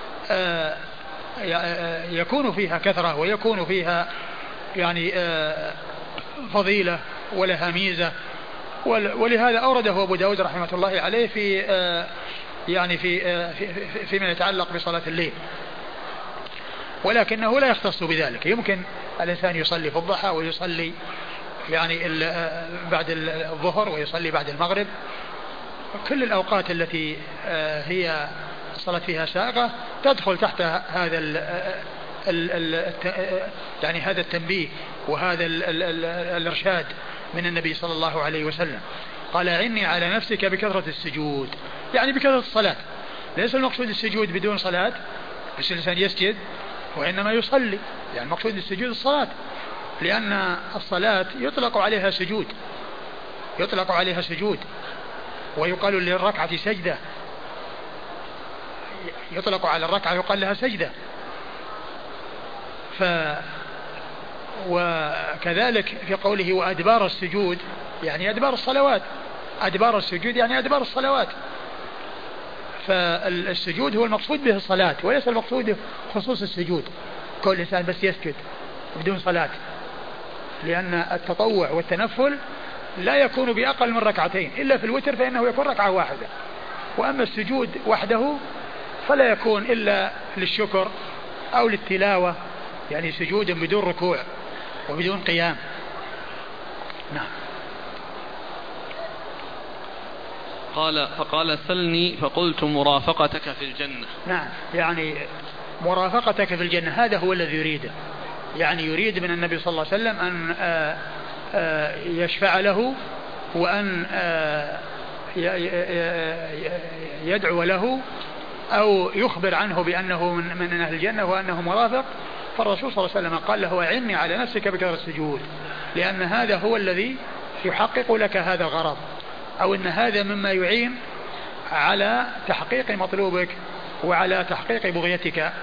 [SPEAKER 1] يكون فيها كثرة ويكون فيها يعني فضيلة ولها ميزة، ولهذا أورده أبو داود رحمة الله عليه في يعني في في فيما يتعلق بصلاة الليل، ولكنه لا يختص بذلك. يمكن الإنسان يصلي في الضحى ويصلي يعني بعد الظهر ويصلي بعد المغرب، كل الأوقات التي هي الصلاة فيها ساقة تدخل تحت هذا ال ال ال يعني هذا التنبيه وهذا ال ال ال الإرشاد من النبي صلى الله عليه وسلم. قال عني على نفسك بكثرة السجود، يعني بكثرة الصلاة. ليس المقصود السجود بدون صلاة بس الإنسان يسجد، وإنما يصلي، يعني المقصود السجود الصلاة، لأن الصلاة يطلق عليها سجود، يطلق عليها سجود ويقال للركعة سجدة، يطلق على الركعة يقال لها سجدة. ف وكذلك في قوله وأدبار السجود، يعني أدبار الصلوات، أدبار السجود يعني أدبار الصلوات. فالسجود هو المقصود به الصلاة، وليس المقصود خصوص السجود كل إنسان بس يسجد بدون صلاة، لأن التطوع والتنفل لا يكون بأقل من ركعتين، إلا في الوتر فإنه يكون ركعة واحدة. وأما السجود وحده فلا يكون إلا للشكر أو للتلاوة، يعني سجود بدون ركوع وبدون قيام. نعم.
[SPEAKER 2] قال فقال سلني فقلت مرافقتك في الجنة.
[SPEAKER 1] نعم، يعني مرافقتك في الجنة هذا هو الذي يريده، يعني يريد من النبي صلى الله عليه وسلم أن آآ آآ يشفع له وأن يدعو له أو يخبر عنه بأنه من, من أهل الجنة وأنه مرافق. فالرسول صلى الله عليه وسلم قال له أعني على نفسك بكثرة السجود، لأن هذا هو الذي يحقق لك هذا الغرض، أو أن هذا مما يعين على تحقيق مطلوبك وعلى تحقيق بغيتك.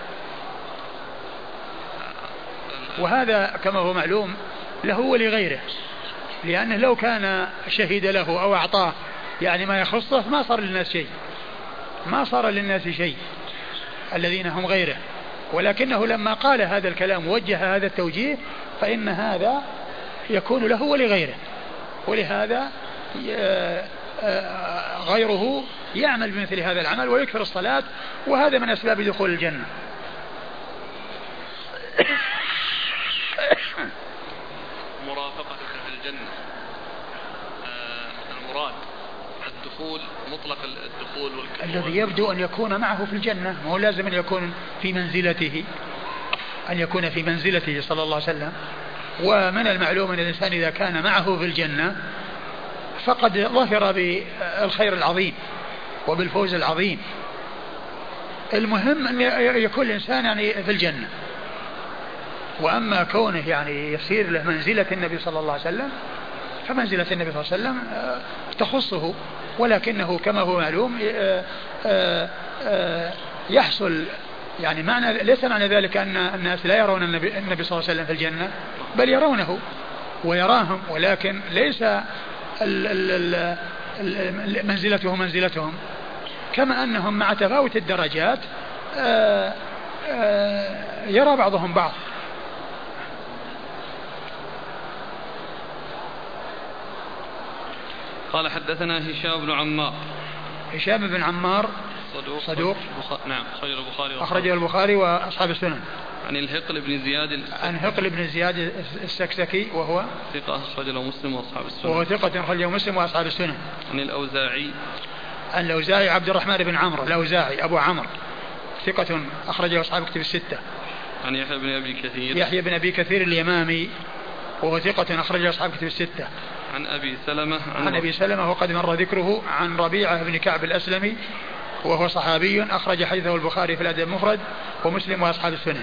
[SPEAKER 1] وهذا كما هو معلوم له ولغيره، لأنه لو كان شهد له أو أعطاه يعني ما يخصه ما صار للناس شيء، ما صار للناس شيء الذين هم غيره. ولكنه لما قال هذا الكلام ووجه هذا التوجيه فإن هذا يكون له ولغيره، ولهذا غيره يعمل بمثل هذا العمل ويكثر الصلاة، وهذا من أسباب دخول الجنة.
[SPEAKER 2] مرافقتك في الجنة، المراد الدخول مطلق الدخول
[SPEAKER 1] الذي يبدو أن يكون معه في الجنة، ما هو لازم أن يكون في منزلته، أن يكون في منزلته صلى الله عليه وسلم. ومن المعلوم أن الإنسان إذا كان معه في الجنة فقد ظفر بالخير العظيم وبالفوز العظيم. المهم أن يكون الإنسان يعني في الجنة. وأما كونه يعني يصير له منزلة النبي صلى الله عليه وسلم فمنزلة النبي صلى الله عليه وسلم تخصه، ولكنه كما هو معلوم يحصل يعني معنى، ليس معنى ذلك أن الناس لا يرون النبي, النبي صلى الله عليه وسلم في الجنة، بل يرونه ويراهم، ولكن ليس منزلته منزلتهم، كما أنهم مع تفاوت الدرجات يرى بعضهم بعض.
[SPEAKER 2] قال حدثنا هشام بن عمار.
[SPEAKER 1] هشام بن عمار
[SPEAKER 2] صدوق,
[SPEAKER 1] صدوق
[SPEAKER 2] بخ... نعم أخرجه البخاري
[SPEAKER 1] أخرجه البخاري وأصحاب السنن.
[SPEAKER 2] عن الهقل بن زياد السكسكي.
[SPEAKER 1] عن هقل بن زياد السكسكي وهو
[SPEAKER 2] ثقة أخرج له مسلم وأصحاب السنن.
[SPEAKER 1] وهو ثقة أخرج له مسلم وأصحاب السنن.
[SPEAKER 2] عن الأوزاعي.
[SPEAKER 1] عن الأوزاعي عبد الرحمن بن عمرو الأوزاعي أبو عمرو ثقة أخرجه أصحاب كتب الستة.
[SPEAKER 2] عن يحيى بن أبي كثير.
[SPEAKER 1] يحيى بن أبي كثير اليمامي وهو ثقة أخرجه أصحاب كتب الستة.
[SPEAKER 2] عن أبي سلمة.
[SPEAKER 1] عن, عن أبي سلمة وقد مر ذكره. عن ربيعة بن كعب الأسلمي وهو صحابي أخرج حديثه البخاري في الأدب المفرد ومسلم وأصحاب السنن.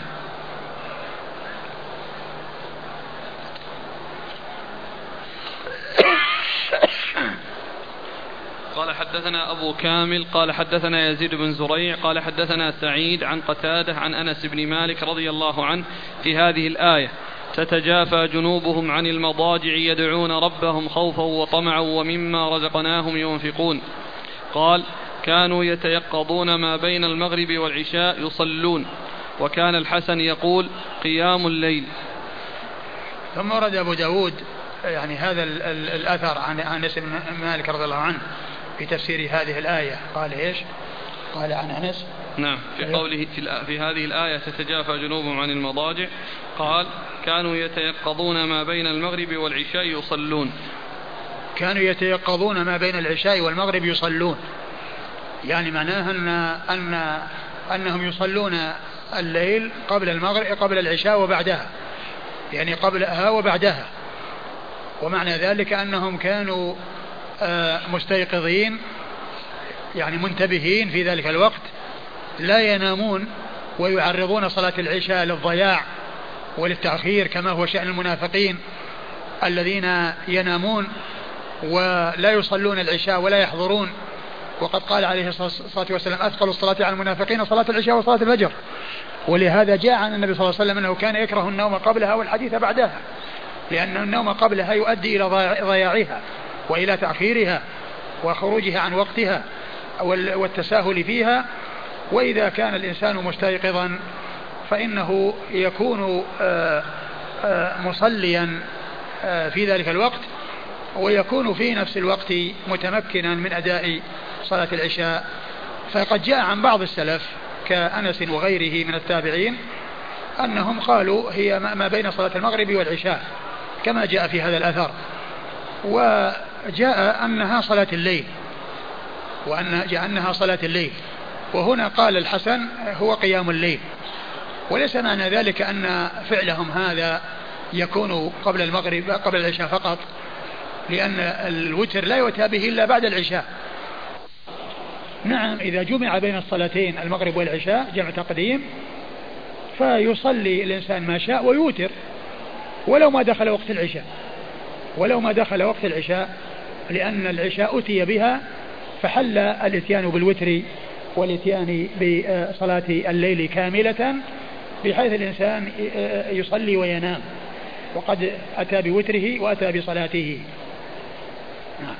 [SPEAKER 2] قال حدثنا أبو كامل قال حدثنا يزيد بن زريع قال حدثنا سعيد عن قتادة عن أنس بن مالك رضي الله عنه في هذه الآية تتجافى جنوبهم عن المضاجع يدعون ربهم خوفا وطمعا ومما رزقناهم ينفقون. قال كانوا يتيقظون ما بين المغرب والعشاء يصلون. وكان الحسن يقول قيام الليل.
[SPEAKER 1] ثم ورد أبو داود يعني هذا ال ال الأثر عن أنس بن مالك رضي الله عنه في تفسير هذه الآية. قال إيش؟ قال عن أنس
[SPEAKER 2] نعم في قوله في, في هذه الآية تتجافى جنوبهم عن المضاجع قال كانوا يتيقظون ما بين المغرب والعشاء يصلون.
[SPEAKER 1] كانوا يتيقظون ما بين العشاء والمغرب يصلون يعني معناها أن أن أنهم يصلون الليل قبل المغرب قبل العشاء وبعدها يعني قبلها وبعدها. ومعنى ذلك أنهم كانوا مستيقظين يعني منتبهين في ذلك الوقت لا ينامون ويعرضون صلاة العشاء للضياع وللتأخير كما هو شأن المنافقين الذين ينامون ولا يصلون العشاء ولا يحضرون. وقد قال عليه الصلاة والسلام أثقل الصلاة على المنافقين صلاة العشاء وصلاة الفجر. ولهذا جاء عن النبي صلى الله عليه وسلم أنه كان يكره النوم قبلها والحديث بعدها لأن النوم قبلها يؤدي إلى ضياعها وإلى تأخيرها وخروجها عن وقتها والتساهل فيها. وإذا كان الإنسان مستيقظا فإنه يكون مصليا في ذلك الوقت ويكون في نفس الوقت متمكنا من أداء صلاة العشاء. فقد جاء عن بعض السلف كأنس وغيره من التابعين أنهم قالوا هي ما بين صلاة المغرب والعشاء كما جاء في هذا الأثر. وجاء أنها صلاة الليل وأن جاء أنها صلاة الليل. وهنا قال الحسن هو قيام الليل. وليس معنى ذلك أن فعلهم هذا يكون قبل المغرب قبل العشاء فقط لأن الوتر لا يؤتى به إلا بعد العشاء. نعم إذا جمع بين الصلاتين المغرب والعشاء جمع تقديم فيصلي الإنسان ما شاء ويوتر ولو ما دخل وقت العشاء ولو ما دخل وقت العشاء لأن العشاء أتي بها فحل الاتيان بالوتر والاتيان بصلاة الليل كاملة بحيث الإنسان يصلي وينام وقد أتى بوتره وأتى بصلاته. نعم.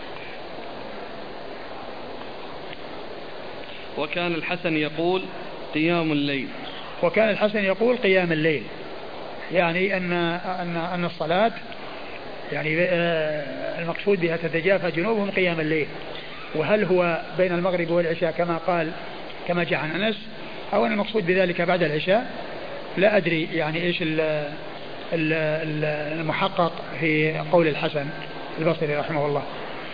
[SPEAKER 2] وكان الحسن يقول قيام الليل.
[SPEAKER 1] وكان الحسن يقول قيام الليل يعني أن أن أن الصلاة يعني المقصود بها تتجافى جنوبهم قيام الليل. وهل هو بين المغرب والعشاء كما قال كما جاء عن أنس أو أن المقصود بذلك بعد العشاء لا أدري يعني إيش المحقق في قول الحسن البصري رحمه الله.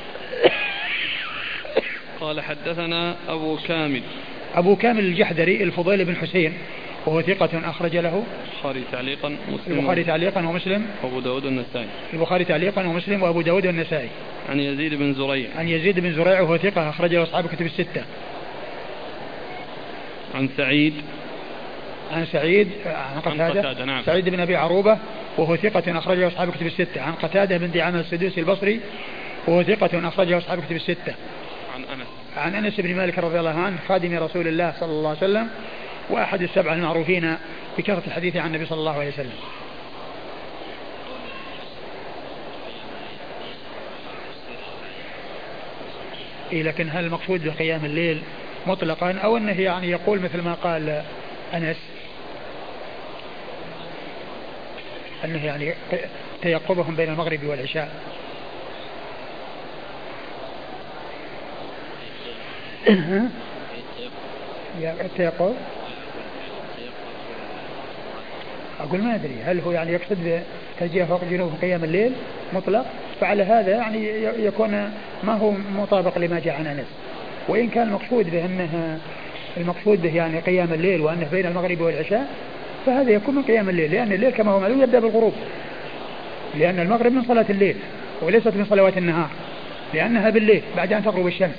[SPEAKER 2] قال حدثنا أبو كامل.
[SPEAKER 1] أبو كامل الجحدري الفضيل بن حسين وهو ثقة أخرج له
[SPEAKER 2] البخاري تعليقا ومسلم
[SPEAKER 1] البخاري تعليقا ومسلم
[SPEAKER 2] وأبو داود والنسائي.
[SPEAKER 1] البخاري تعليقا ومسلم وأبو داود والنسائي.
[SPEAKER 2] عن يزيد بن زريع.
[SPEAKER 1] عن يزيد بن زريع وهو ثقة أخرجه أصحاب كتب الستة.
[SPEAKER 2] عن سعيد.
[SPEAKER 1] عن سعيد عن قتادة.
[SPEAKER 2] قتادة نعم.
[SPEAKER 1] سعيد بن أبي عروبة وهو ثقة أخرجه أصحاب كتب الستة. عن قتادة بن دعامة السدوسي البصري وهو ثقة أخرجه أصحاب كتب الستة.
[SPEAKER 2] عن أنس.
[SPEAKER 1] عن أنس بن مالك رضي الله عنه خادم رسول الله صلى الله عليه وسلم وأحد السبعة المعروفين بكثرة الحديث عن النبي صلى الله عليه وسلم. إيه لكن هل المقصود بقيام الليل مطلقا أو أنه يعني يقول مثل ما قال أنس أنه يعني تيقظهم بين المغرب والعشاء؟ التيقظ أقول ما أدري هل هو يعني يقصد تجيه فوق جنوب قيام الليل مطلق، فعلى هذا يعني يكون ما هو مطابق لما جاء عن أنس. وإن كان المقصود به أنه المقصود به يعني قيام الليل وأنه بين المغرب والعشاء، فهذا يكون من قيام الليل، لأن الليل كما هو معلوم يبدأ بالغروب، لأن المغرب من صلاة الليل وليست من صلوات النهار، لأنها بالليل بعد أن تغرب الشمس.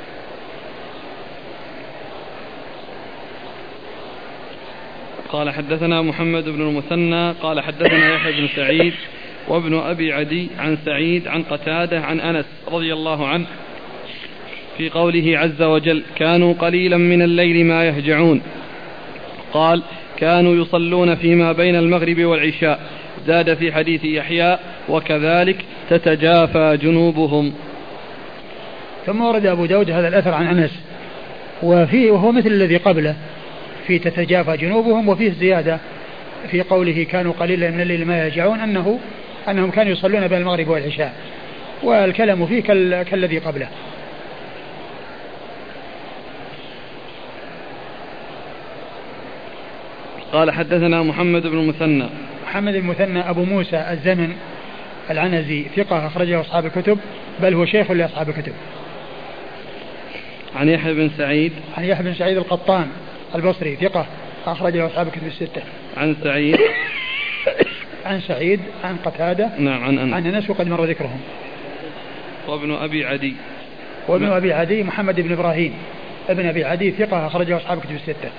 [SPEAKER 2] قال حدثنا محمد بن المثنى قال حدثنا يحيى بن سعيد وابن أبي عدي عن سعيد عن قتادة عن أنس رضي الله عنه في قوله عز وجل كانوا قليلا من الليل ما يهجعون، قال كانوا يصلون فيما بين المغرب والعشاء، زاد في حديث يحيى وكذلك تتجافى جنوبهم.
[SPEAKER 1] ثم ورد أبو داود هذا الأثر عن أنس وفيه وهو مثل الذي قبله في تتجافى جنوبهم، وفيه زيادة في قوله كانوا قليلا من الليل ما يهجعون أنه أنهم كانوا يصلون بين المغرب والعشاء، والكلام فيه كالذي قبله.
[SPEAKER 2] قال حدثنا محمد بن المثنى
[SPEAKER 1] محمد المثنى أبو موسى الزمن العنزي ثقة أخرجه أصحاب الكتب، بل هو شيخ لأصحاب الكتب.
[SPEAKER 2] عن يحيى بن سعيد
[SPEAKER 1] عن يحيى بن سعيد القطان البصري ثقة أخرجه أصحاب الكتب الستة.
[SPEAKER 2] عن سعيد
[SPEAKER 1] عن سعيد عن قتادة
[SPEAKER 2] نعم عن أنس
[SPEAKER 1] عن أنس وقد مر ذكرهم.
[SPEAKER 2] وابن أبي عدي
[SPEAKER 1] وابن أبي عدي محمد بن إبراهيم ابن أبي عدي ثقة أخرجه أصحاب الكتب الستة.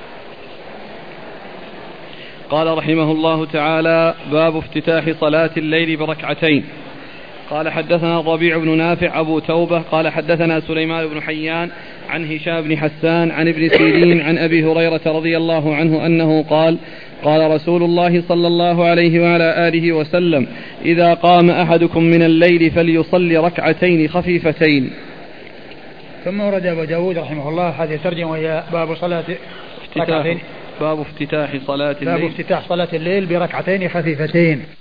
[SPEAKER 2] قال رحمه الله تعالى باب افتتاح صلاة الليل بركعتين. قال حدثنا الربيع بن نافع أبو توبة قال حدثنا سليمان بن حيان عن هشام بن حسان عن ابن سيرين عن أبي هريرة رضي الله عنه أنه قال قال رسول الله صلى الله عليه وعلى آله وسلم إذا قام أحدكم من الليل فليصلي ركعتين خفيفتين.
[SPEAKER 1] ثم ورد أبو داود رحمه الله هذه الترجمة وهي باب صلاة ركعتين
[SPEAKER 2] باب افتتاح صلاة الليل
[SPEAKER 1] باب افتتاح صلاة الليل بركعتين خفيفتين.